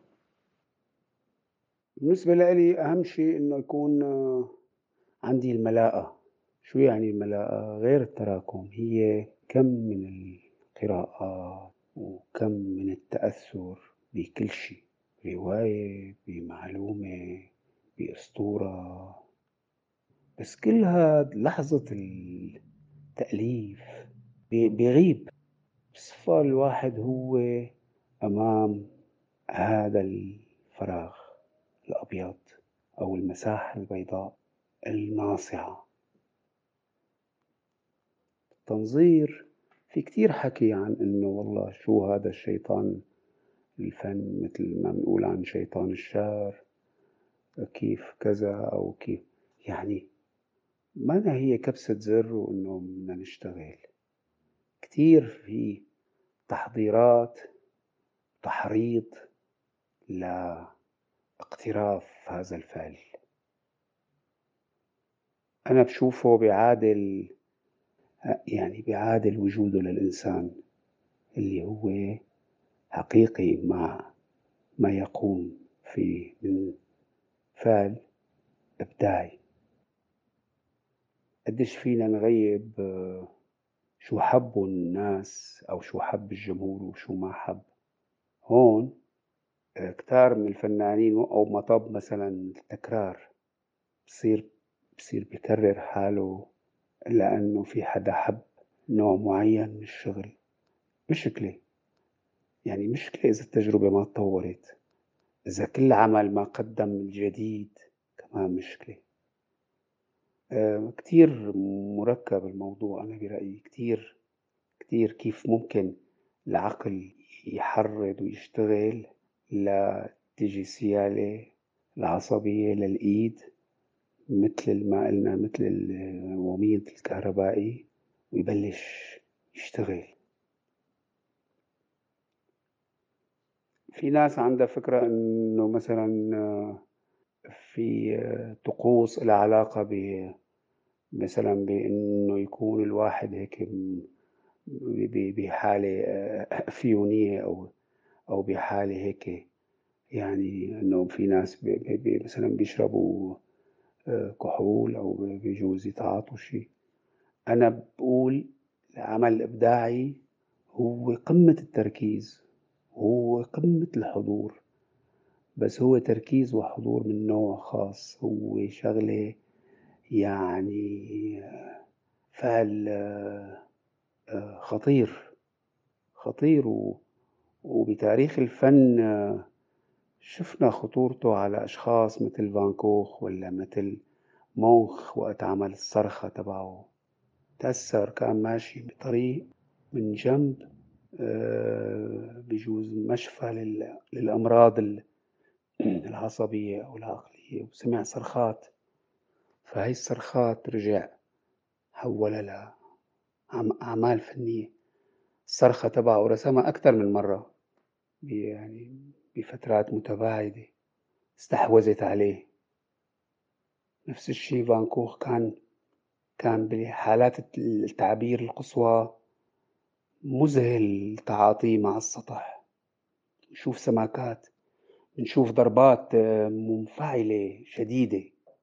بالنسبة لإلي أهم شي إنه يكون آه، عندي الملاءة. شو يعني الملاءة؟ غير التراكم هي كم من القراءات وكم من التأثر بكل شي، رواية بمعلومة بأسطورة. بس كل هاد لحظة التأليف بي- بيغيب، بصفى الواحد هو أمام هذا الفراغ الأبيض أو المساحة البيضاء الناصعة. التنظير في كتير حكي عن إنه والله شو هذا الشيطان الفن، مثل ما بنقول عن شيطان الشعر كيف كذا أو كيف. يعني ما هي كبسة زر وإنه بدنا نشتغل. كتير في تحضيرات، تحريض لاقتراف هذا الفعل. أنا بشوفه بيعادل يعني بيعادل وجوده للإنسان اللي هو حقيقي مع ما يقوم فيه من فعل إبداعي. قديش فينا نغيب شو حبوا الناس أو شو حب الجمهور وشو ما حب. هون كتار من الفنانين أو مطب مثلا التكرار بصير بصير بيكرر حاله لأنه في حدا حب نوع معين من الشغل. مشكلة، يعني مشكلة إذا التجربة ما تطورت، إذا كل عمل ما قدم الجديد كمان مشكلة. آه كتير مركب الموضوع. أنا برأيي كتير كتير كيف ممكن العقل يحرض ويشتغل لا تيجي سيالة العصبية للإيد مثل ما قلنا مثل الوميض الكهربائي ويبلش يشتغل. في ناس عندها فكرة إنه مثلا في طقوس لها علاقة ب مثلا بإنه يكون الواحد هيك بحالة فيونية أو أو بحالة هيك، يعني إنه في ناس بي بي مثلا بيشربوا كحول أو بيجوز يتعاطوا شي. أنا بقول العمل الإبداعي هو قمة التركيز، هو قمة الحضور، بس هو تركيز وحضور من نوع خاص. هو شغلة يعني فعل خطير خطير وبتاريخ الفن شفنا خطورته على أشخاص مثل فان كوخ ولا مثل مونخ وقت عمل الصرخة تبعه. تأثر كان ماشي بطريق من جنب بجوز مشفى للأمراض العصبية أو العقلية وسمع صرخات، فهي الصرخات رجع حولها لأعمال فنية. الصرخة تبعه رسمها أكثر من مرة يعني بفترات متباعدة استحوذت عليه. نفس الشيء فان كوخ كان كان بحالات التعبير القصوى مذهل تعاطيه مع السطح. نشوف سماكات، نشوف ضربات منفعلة شديدة.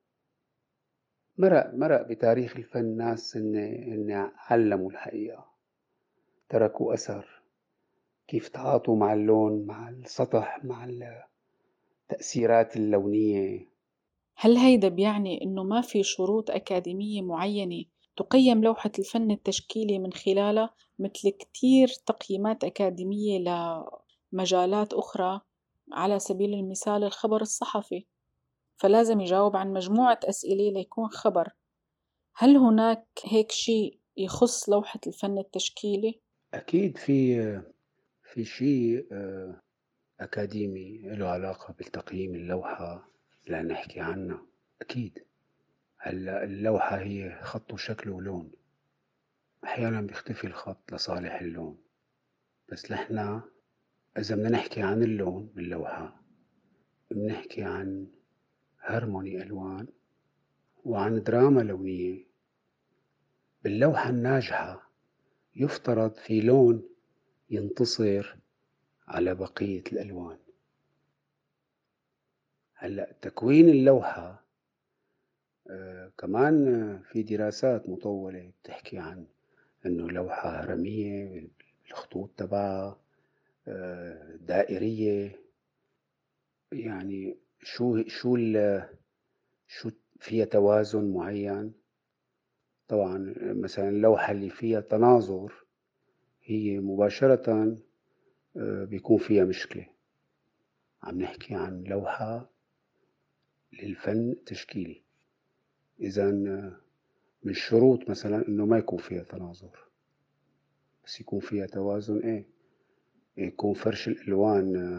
مرق مرق بتاريخ الفن ناس إن إن علموا الحقيقة، تركوا أثر كيف تعاطوا مع اللون مع السطح مع التأثيرات اللونية. هل هيدا بيعني إنه ما في شروط أكاديمية معينة تقيم لوحة الفن التشكيلي من خلالها مثل كتير تقييمات أكاديمية لمجالات أخرى؟ على سبيل المثال الخبر الصحفي، فلازم يجاوب عن مجموعة أسئلة ليكون خبر. هل هناك هيك شيء يخص لوحة الفن التشكيلي؟ أكيد في في شيء أكاديمي له علاقة بالتقييم اللوحة لا نحكي عنها. أكيد هلا اللوحة هي خط وشكل ولون، أحيانا بيختفي الخط لصالح اللون، بس نحنا إذا بدنا نحكي عن اللون باللوحة بنحكي عن هرموني ألوان وعن دراما لونية. باللوحة الناجحة يفترض في لون ينتصر على بقية الألوان. هلأ تكوين اللوحة آه كمان في دراسات مطولة بتحكي عن إنه لوحة هرمية الخطوط تبعها آه دائرية، يعني شو شو شو فيها توازن معين. طبعا مثلا اللوحة اللي فيها تناظر هي مباشرة بيكون فيها مشكلة. عم نحكي عن لوحة للفن التشكيلي، إذا من الشروط مثلا إنه ما يكون فيها تناظر بس يكون فيها توازن. إيه يكون فرش الألوان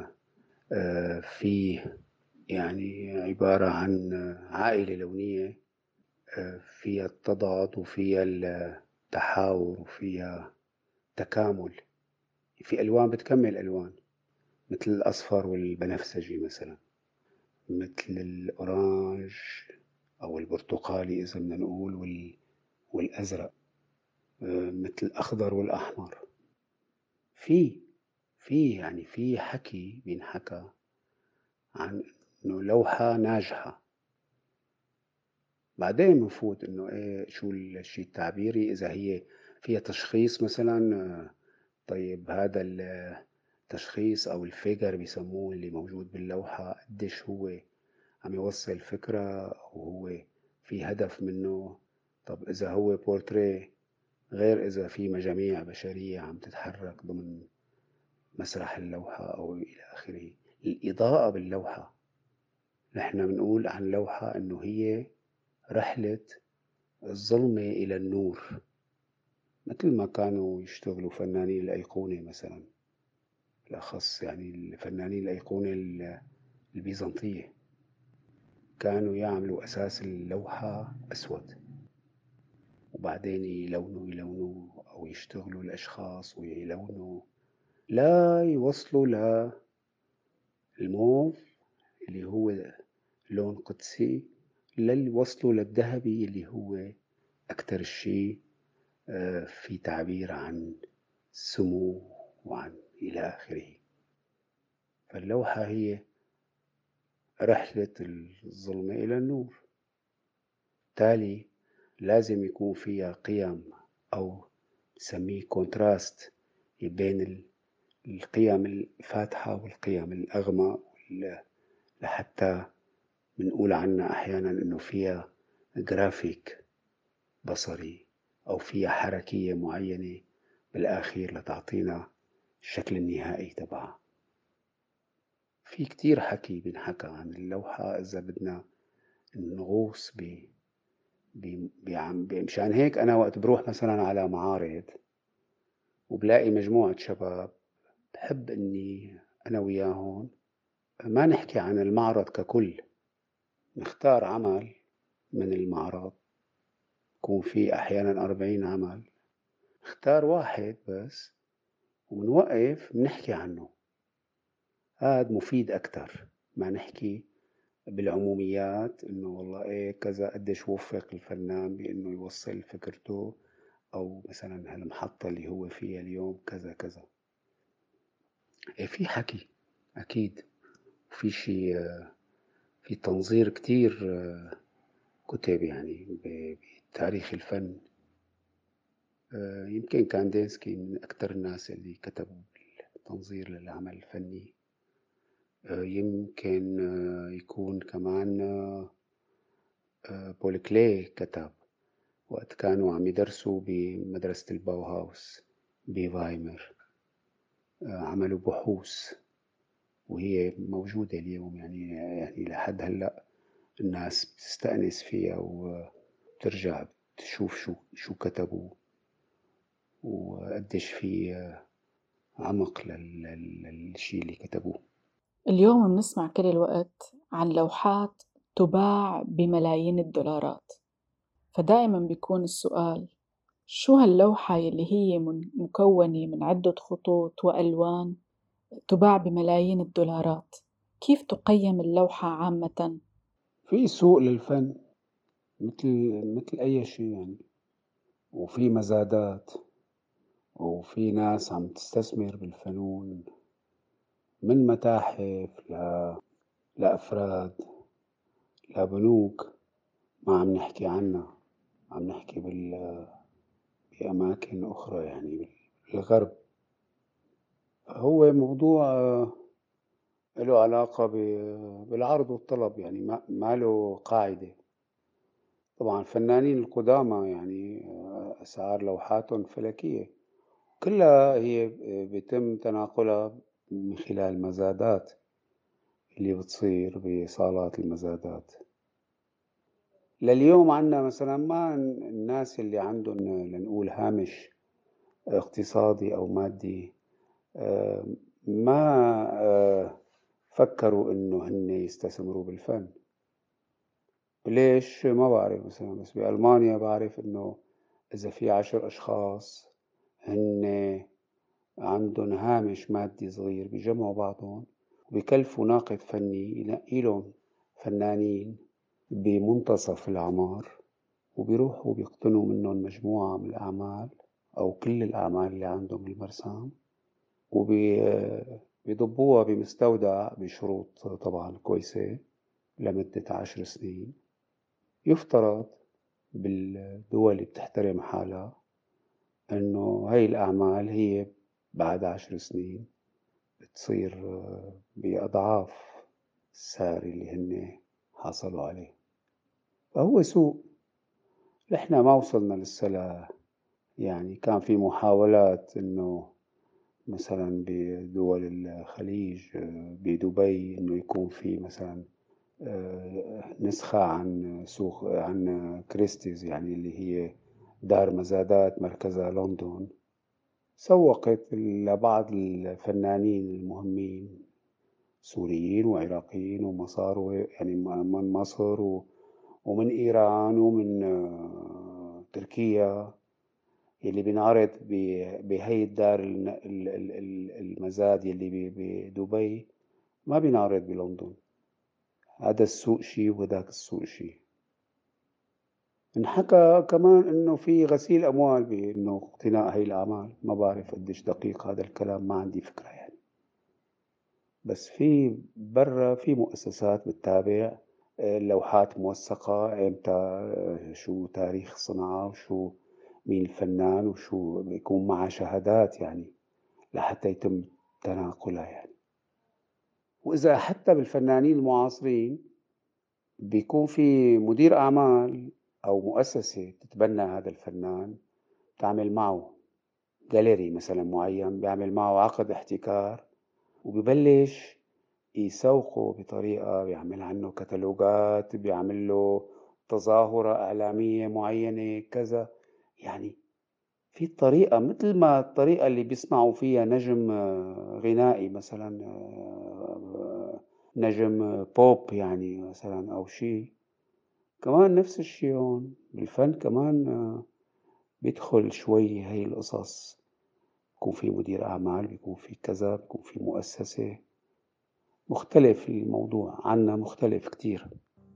فيه يعني عبارة عن عائلة لونية فيها التضاد وفيها التحاور وفيها تكامل. في ألوان بتكمل ألوان، مثل الأصفر والبنفسجي مثلا، مثل الأورانج أو البرتقالي إذا بدنا نقول وال... والأزرق، مثل الأخضر والأحمر. في في يعني في حكي بينحكى عن إنه لوحة ناجحة. بعدين بنفوت إنه إيه شو الشيء التعبيري، إذا هي فيها تشخيص مثلا. طيب هذا التشخيص أو الفيجر بيسموه اللي موجود باللوحة، قديش هو عم يوصل فكرة أو هو في هدف منه. طب إذا هو بورتريه غير إذا في مجاميع بشرية عم تتحرك ضمن مسرح اللوحة أو إلى آخره. الإضاءة باللوحة، نحن بنقول عن لوحة إنه هي رحلة الظلمة إلى النور، مثل ما كانوا يشتغلوا فنانين الأيقونة مثلا، بالأخص يعني الفنانين الأيقونة البيزنطية، كانوا يعملوا أساس اللوحة أسود، وبعدين يلونوا يلونوا أو يشتغلوا الأشخاص ويلونوا لا يوصلوا للموف اللي هو لون قدسي، للي وصلوا للذهبي اللي هو أكتر الشيء في تعبير عن سمو وعن إلى آخره. فاللوحة هي رحلة الظلمة إلى النور، بالتالي لازم يكون فيها قيم أو نسميه كونتراست بين القيم الفاتحة والقيم الأغمى، لحتى بنقول عنها أحيانا إنه فيها جرافيك بصري أو فيها حركية معينة بالآخير لتعطينا الشكل النهائي تبعها. في كتير حكي بنحكى عن اللوحة إذا بدنا نغوص ب مشان هيك أنا وقت بروح مثلا على معارض وبلاقي مجموعة شباب، بحب إني أنا وياهم ما نحكي عن المعرض ككل، نختار عمل من المعرض، يكون في أحيانا أربعين عمل، نختار واحد بس ونوقف نحكي عنه. هذا مفيد أكتر ما نحكي بالعموميات إنه والله إيه كذا قديش وفق الفنان بإنه يوصل فكرته، أو مثلا هالمحطة اللي هو فيها اليوم كذا كذا. إيه في حكي أكيد، وفي شيء في تنظير كتير كتب يعني بتاريخ الفن. يمكن كاندينسكي من أكثر الناس اللي كتبوا بالتنظير للعمل الفني. يمكن يكون كمان بول كلي كتب وقت كانوا عم يدرسوا بمدرسة الباوهاوس بفايمر، عملوا بحوث وهي موجودة اليوم، يعني يعني لحد هلأ الناس بتستأنس فيها وبترجع تشوف شو شو كتبوا وقديش في عمق للشيء اللي كتبوه. اليوم بنسمع كل الوقت عن لوحات تباع بملايين الدولارات، فدائما بيكون السؤال شو هاللوحة يلي هي مكونة من عدة خطوط وألوان تباع بملايين الدولارات؟ كيف تقيم اللوحة عامة؟ في سوق للفن مثل مثل أي شيء يعني، وفي مزادات، وفي ناس عم تستثمر بالفنون، من متاحف ل... لأفراد لبنوك ما عم نحكي عنها، عم نحكي بال... بأماكن أخرى يعني بالغرب. هو موضوع له علاقة بالعرض والطلب، يعني ما, ما له قاعدة. طبعا الفنانين القدامى يعني أسعار لوحاتهم فلكية، كلها هي بيتم تناقلها من خلال مزادات اللي بتصير بصالات المزادات. لليوم عنا مثلا ما الناس اللي عندهم لنقول هامش اقتصادي أو مادي ما فكروا إنه هن يستثمروا بالفن. ليش ما بعرف مثلا، بس بألمانيا بعرف إنه إذا في عشر أشخاص هن عندهم هامش مادي صغير بيجمعوا بعضهم وبيكلفوا ناقد فني ينقي لهم فنانين بمنتصف الأعمار، وبيروحوا بيقتنوا منهم مجموعة من الأعمال أو كل الأعمال اللي عندهم بالمرسام، وبيضبوها بمستودع بشروط طبعا كويسة لمدة عشر سنين. يفترض بالدول اللي بتحترم حالها إنه هاي الأعمال هي بعد عشر سنين بتصير بأضعاف السعر اللي هن حصلوا عليه. فهو سوق. نحن ما وصلنا لسه، يعني كان في محاولات إنه مثلا بدول الخليج بدبي إنه يكون في مثلا نسخة عن سوق عن كريستيز، يعني اللي هي دار مزادات مركزها لندن، سوقت لبعض الفنانين المهمين سوريين وعراقيين ومصار، يعني من مصر ومن إيران ومن تركيا، اللي بينعرض بهي الدار المزاد اللي بدبي ما بينعرض بلندن. هذا السوق شيء وهذاك السوق شيء. انحكى كمان انه في غسيل اموال بانه اقتناء هاي الاعمال، ما بعرف قديش دقيق هذا الكلام، ما عندي فكرة يعني. بس في برا في مؤسسات بتتابع اللوحات موثقة امتى، شو تاريخ الصناعة وشو مين الفنان وشو بيكون معه شهادات يعني لحتى يتم تناقلها يعني. وإذا حتى بالفنانين المعاصرين بيكون في مدير أعمال أو مؤسسة تتبنى هذا الفنان، تعمل معه جاليري مثلا معين، بيعمل معه عقد احتكار وبيبلش يسوقه بطريقة، بيعمل عنه كتالوجات، بيعمل له تظاهرة إعلامية معينة كذا. يعني في طريقة مثل ما الطريقة اللي بيصنعوا فيها نجم غنائي مثلا، نجم بوب يعني مثلا أو شيء، كمان نفس الشيء هون بالفن كمان بيدخل شوي هاي القصص. بيكون في مدير أعمال، بيكون في كذا، بيكون في مؤسسة. مختلف الموضوع عنا، مختلف كتير.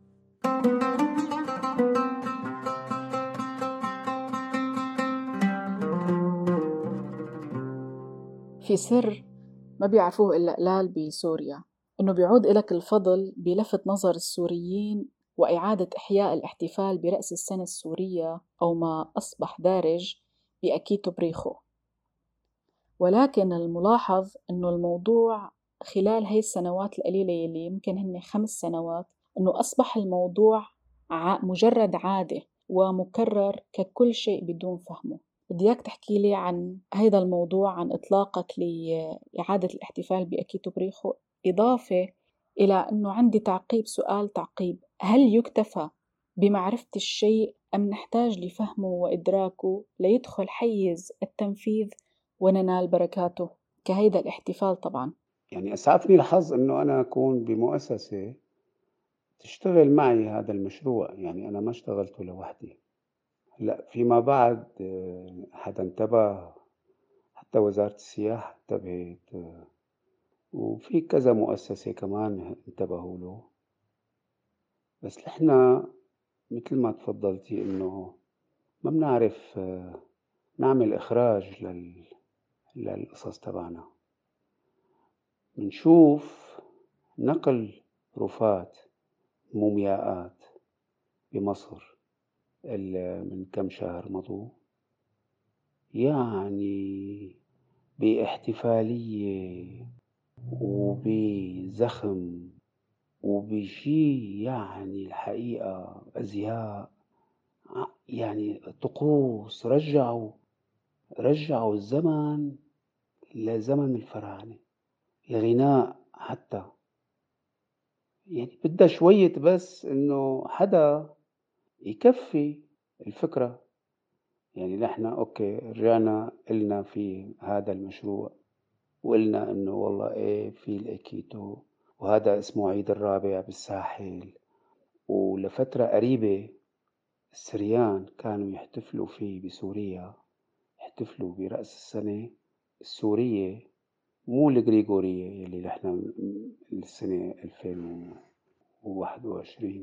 في سر ما بيعرفوه إلا قلال بسوريا، إنه بيعود إلك الفضل بلفت نظر السوريين وإعادة إحياء الاحتفال برأس السنة السورية أو ما أصبح دارج بأكيتو بريخو. ولكن الملاحظ إنه الموضوع خلال هاي السنوات القليلة يلي يمكن هن خمس سنوات إنه أصبح الموضوع مجرد عادة ومكرر ككل شيء بدون فهمه. بدي إياك تحكي لي عن هذا الموضوع، عن إطلاقك لإعادة الاحتفال بأكيتو بريخو، إضافة إلى أنه عندي تعقيب، سؤال تعقيب: هل يكتفى بمعرفة الشيء أم نحتاج لفهمه وإدراكه ليدخل حيز التنفيذ وننال بركاته كهيدا الاحتفال؟ طبعا يعني أسعفني الحظ أنه أنا أكون بمؤسسة تشتغل معي هذا المشروع، يعني أنا ما اشتغلته لوحدي. لا، فيما بعد حدا انتبه، حتى وزارة السياحة انتبهت، وفي كذا مؤسسة كمان انتبهوا له. بس نحن مثل ما تفضلتي إنه ما بنعرف نعمل إخراج لل... للقصص تبعنا. بنشوف نقل رفات مومياءات بمصر من كم شهر مضوا، يعني باحتفالية وبزخم وبشي، يعني الحقيقة أزياء، يعني طقوس رجعوا رجعوا الزمن لزمن الفراعنة، الغناء حتى. يعني بدها شوية بس إنه حدا يكفي الفكرة. يعني نحن أوكي رجعنا قلنا في هذا المشروع وقلنا إنه والله إيه في الأكيتو، وهذا اسمه عيد الرابع بالساحل، ولفترة قريبة السريان كانوا يحتفلوا فيه بسوريا، يحتفلوا برأس السنة السورية مو الغريغورية يلي نحن السنة ألفين وواحد وعشرين.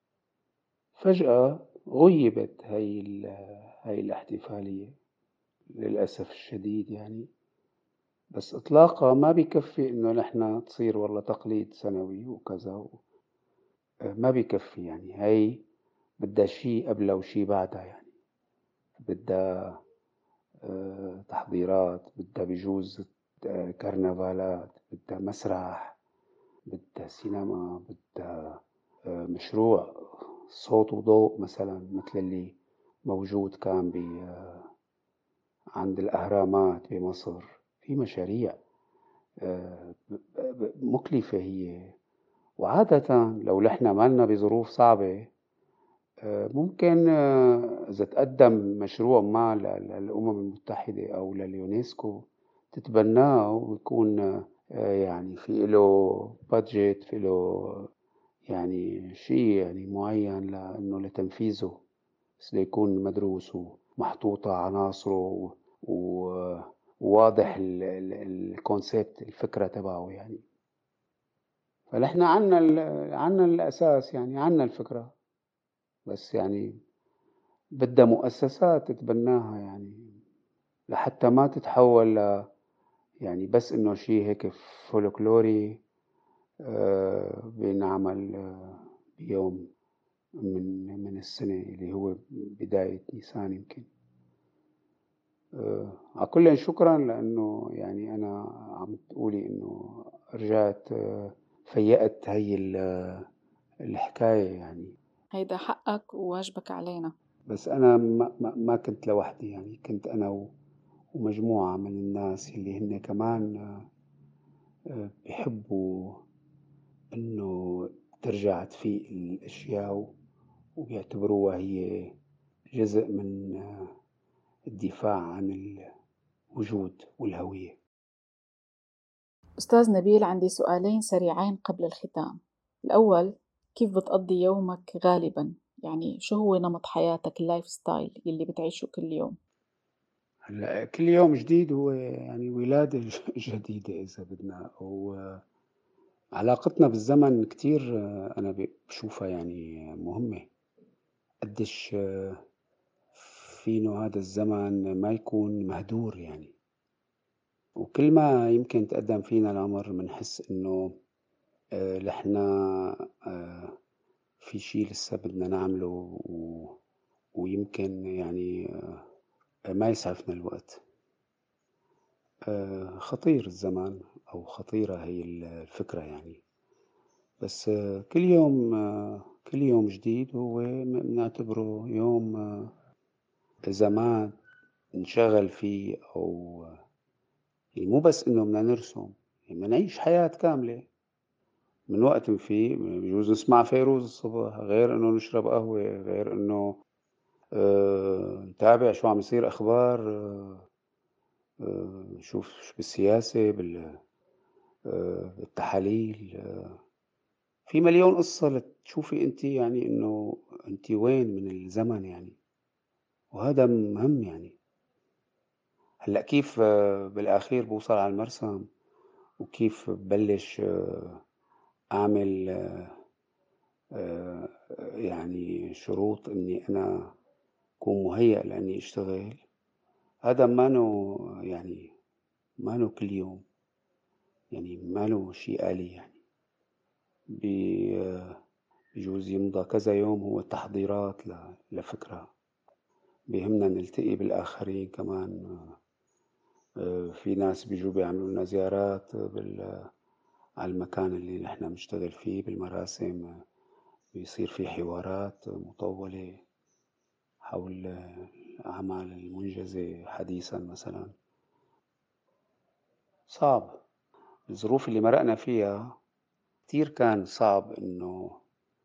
فجأة غيبت هاي هاي الاحتفالية للأسف الشديد يعني، بس إطلاقها ما بيكفي إنه نحن تصير والله تقليد سنوي وكذا و... ما بيكفي يعني. هاي بدها شي قبلها وشي بعدها يعني، بدها آه، تحضيرات، بدها بجوز آه، كرنفالات، بدها مسرح، بدها سينما، بدها آه، مشروع صوت وضوء مثلا مثل اللي موجود كان ب آه، عند الأهرامات بمصر. في مشاريع آه، مكلفة هي، وعادة لو نحن مالنا بظروف صعبة آه، ممكن آه، إذا تقدم مشروع ما للأمم المتحدة أو لليونسكو تتبناه ويكون آه، يعني في له بادجت، في له يعني شيء يعني معين لأنه لتنفيذه، بس ليكون مدروس ومحطوطة عناصره وواضح الكونسيبت الفكرة تبعه يعني. فنحن عنا عنا الأساس يعني، عنا الفكرة، بس يعني بدها مؤسسات تتبناها يعني لحتى ما تتحول ل يعني بس إنه شيء هيك فولكلوري آه بينعمل آه بيوم من من السنة اللي هو بداية نيسان يمكن. آه على كل شكرا، لأنه يعني أنا عم تقولي إنه رجعت آه فيقت هي الحكاية يعني. هيدا حقك وواجبك علينا. بس أنا ما, ما, ما كنت لوحدي يعني، كنت أنا ومجموعة من الناس اللي هن كمان آه، بيحبوا إنه ترجع تفيق الأشياء وبيعتبروها هي جزء من آه، الدفاع عن الوجود والهوية. أستاذ نبيل، عندي سؤالين سريعين قبل الختام. الأول، كيف بتقضي يومك غالباً؟ يعني شو هو نمط حياتك، اللايف ستايل يلي بتعيشه كل يوم؟ هلا كل يوم جديد هو يعني ولادة جديدة إذا بدنا، وعلاقتنا بالزمن كتير آه، أنا بشوفها يعني مهمة. قديش آه، فينه هذا الزمن ما يكون مهدور يعني، وكل ما يمكن تقدم فينا العمر بنحس إنه آه، لحنا آه، في شي لسه بدنا نعمله و... ويمكن يعني آه، ما يسعفنا الوقت. آه، خطير الزمان أو خطيرة هي الفكرة يعني. بس آه، كل يوم آه، كل يوم جديد هو بنعتبره يوم آه، إذا ما نشغل فيه أو يعني مو بس إنه بدنا نرسم، يعني بدنا نعيش حياة كاملة من وقت فيه. بجوز نسمع فيروز الصبح، غير إنه نشرب قهوة، غير إنه آه نتابع شو عم يصير أخبار، آه آه نشوف شو بالسياسة بال آه بالتحاليل، آه في مليون قصة لتشوفي أنت يعني إنه أنت وين من الزمن يعني، وهذا مهم يعني. هلأ كيف آه بالأخير بوصل على المرسم، وكيف ببلش آه أعمل آه آه يعني شروط إني أنا أكون مهيأ لإني أشتغل، هذا مانو يعني مانو كل يوم يعني، مانو شيء آلي يعني. بي- بجوز يمضى كذا يوم هو تحضيرات ل- لفكرة. بيهمنا نلتقي بالآخرين كمان. آه، في ناس بيجوا بيعملوا لنا زيارات بال على المكان اللي نحن بنشتغل فيه بالمراسم، بيصير في حوارات مطولة حول الأعمال المنجزة حديثا مثلا. صعب الظروف اللي مرقنا فيها، كتير كان صعب إنه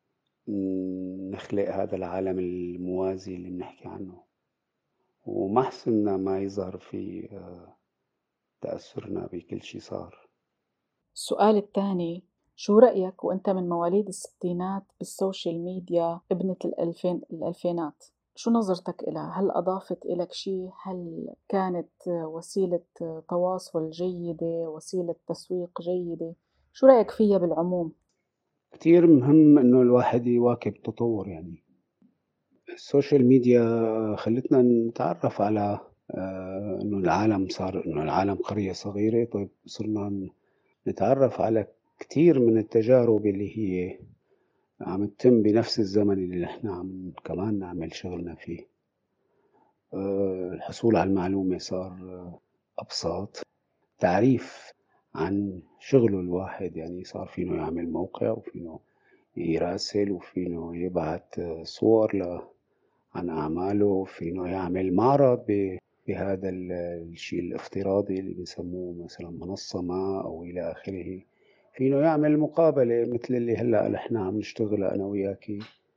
نخلق هذا العالم الموازي اللي بنحكي عنه، وما حسنا ما يظهر في تأثرنا بكل شي صار. السؤال الثاني، شو رأيك وأنت من مواليد الستينات بالسوشيال ميديا ابنة الألفين الألفينات؟ شو نظرتك إلها؟ هل أضافت إلك شيء؟ هل كانت وسيلة تواصل جيدة؟ وسيلة تسويق جيدة؟ شو رأيك فيها بالعموم؟ كتير مهم إنه الواحد يواكب تطور. يعني السوشيال ميديا خلتنا نتعرف على آه، إنه العالم صار إنه العالم قرية صغيرة. طيب صرنا نتعرف على كتير من التجارب اللي هي عم تتم بنفس الزمن اللي إحنا عم كمان نعمل شغلنا فيه. آه، الحصول على المعلومة صار آه، أبسط. تعريف عن شغله الواحد، يعني صار فينه يعمل موقع وفينه يراسل وفينه يبعت آه، صور ل- عن أعماله، وفينه يعمل معرض ب- بهذا ال- الشيء الافتراضي اللي بيسموه مثلا منصة ما أو إلى آخره. فينه يعمل مقابلة مثل اللي هلأ نحن عم نشتغلها أنا وياكي.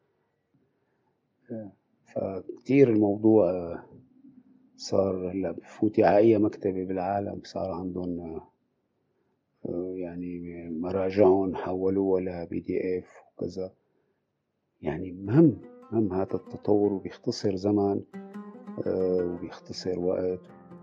فكتير الموضوع آه، صار هلأ بفوتي على أي مكتبة بالعالم صار عندهم آه، يعني مراجعهم حولوها ل بي دي إف وكذا. يعني مهم مهم هذا التطور، وبيختصر زمن آه، وبيختصر وقت.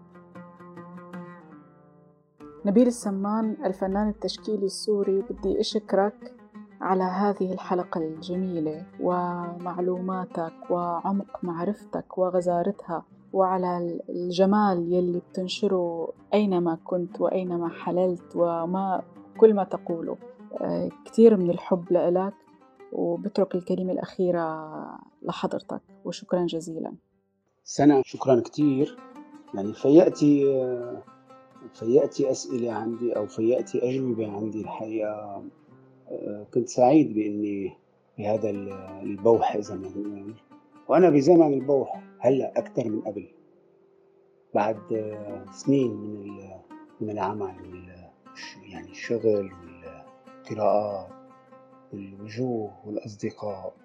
نبيل السمان الفنان التشكيلي السوري، بدي أشكرك على هذه الحلقة الجميلة ومعلوماتك وعمق معرفتك وغزارتها، وعلى الجمال يلي بتنشره أينما كنت وأينما حللت وما كل ما تقوله. كتير من الحب لإلك، وبترك الكلمة الأخيرة لحضرتك، وشكرا جزيلا. سنة شكرا كتير. يعني فيأتي فيأتي أسئلة عندي أو فيأتي أجوبة عندي الحقيقة. كنت سعيد بإني بهذا البوح إذا ما نقول، وأنا بزمن البوح هلأ أكثر من قبل، بعد سنين من من العمل يعني الشغل والقراءات والوجوه والأصدقاء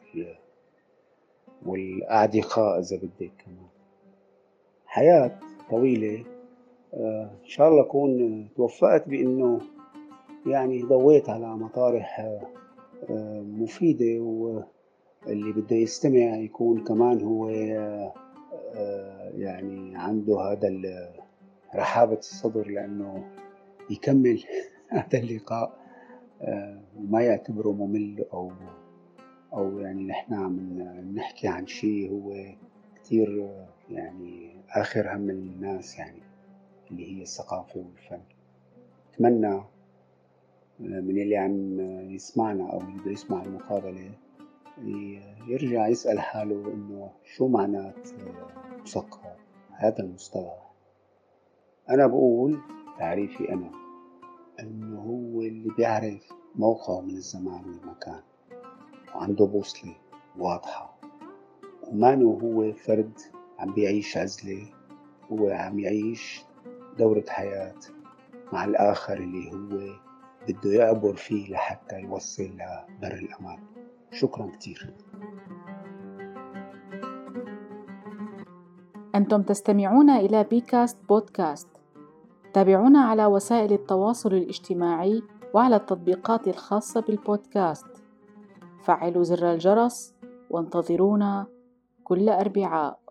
والأعدقاء إذا بدك. كمان حياة طويلة. إن شاء الله أكون توفقت بأنه يعني ضويت على مطارح مفيدة، واللي بده يستمع يكون كمان هو يعني عنده هذا رحابة الصدر لأنه يكمل هذا اللقاء وما يعتبره ممل أو أو يعني نحن عم نحكي عن شيء هو كتير يعني آخر هم الناس، يعني اللي هي الثقافة والفن. أتمنى من اللي عم يسمعنا أو اللي بده يسمع المقابلة يرجع يسأل حاله إنه شو معنات مثقف. هذا المصطلح أنا بقول تعريفي أنا إنه هو اللي بيعرف موقعه من الزمان والمكان وعنده بوصلة واضحة، ومانه هو فرد عم بيعيش عزلة، هو عم يعيش دورة حياة مع الآخر اللي هو بده يعبر فيه لحتى يوصل لبر الأمان. شكرا كتير. أنتم تستمعون إلى بيكاست بودكاست. تابعونا على وسائل التواصل الاجتماعي وعلى التطبيقات الخاصة بالبودكاست. فعلوا زر الجرس وانتظرونا كل أربعاء.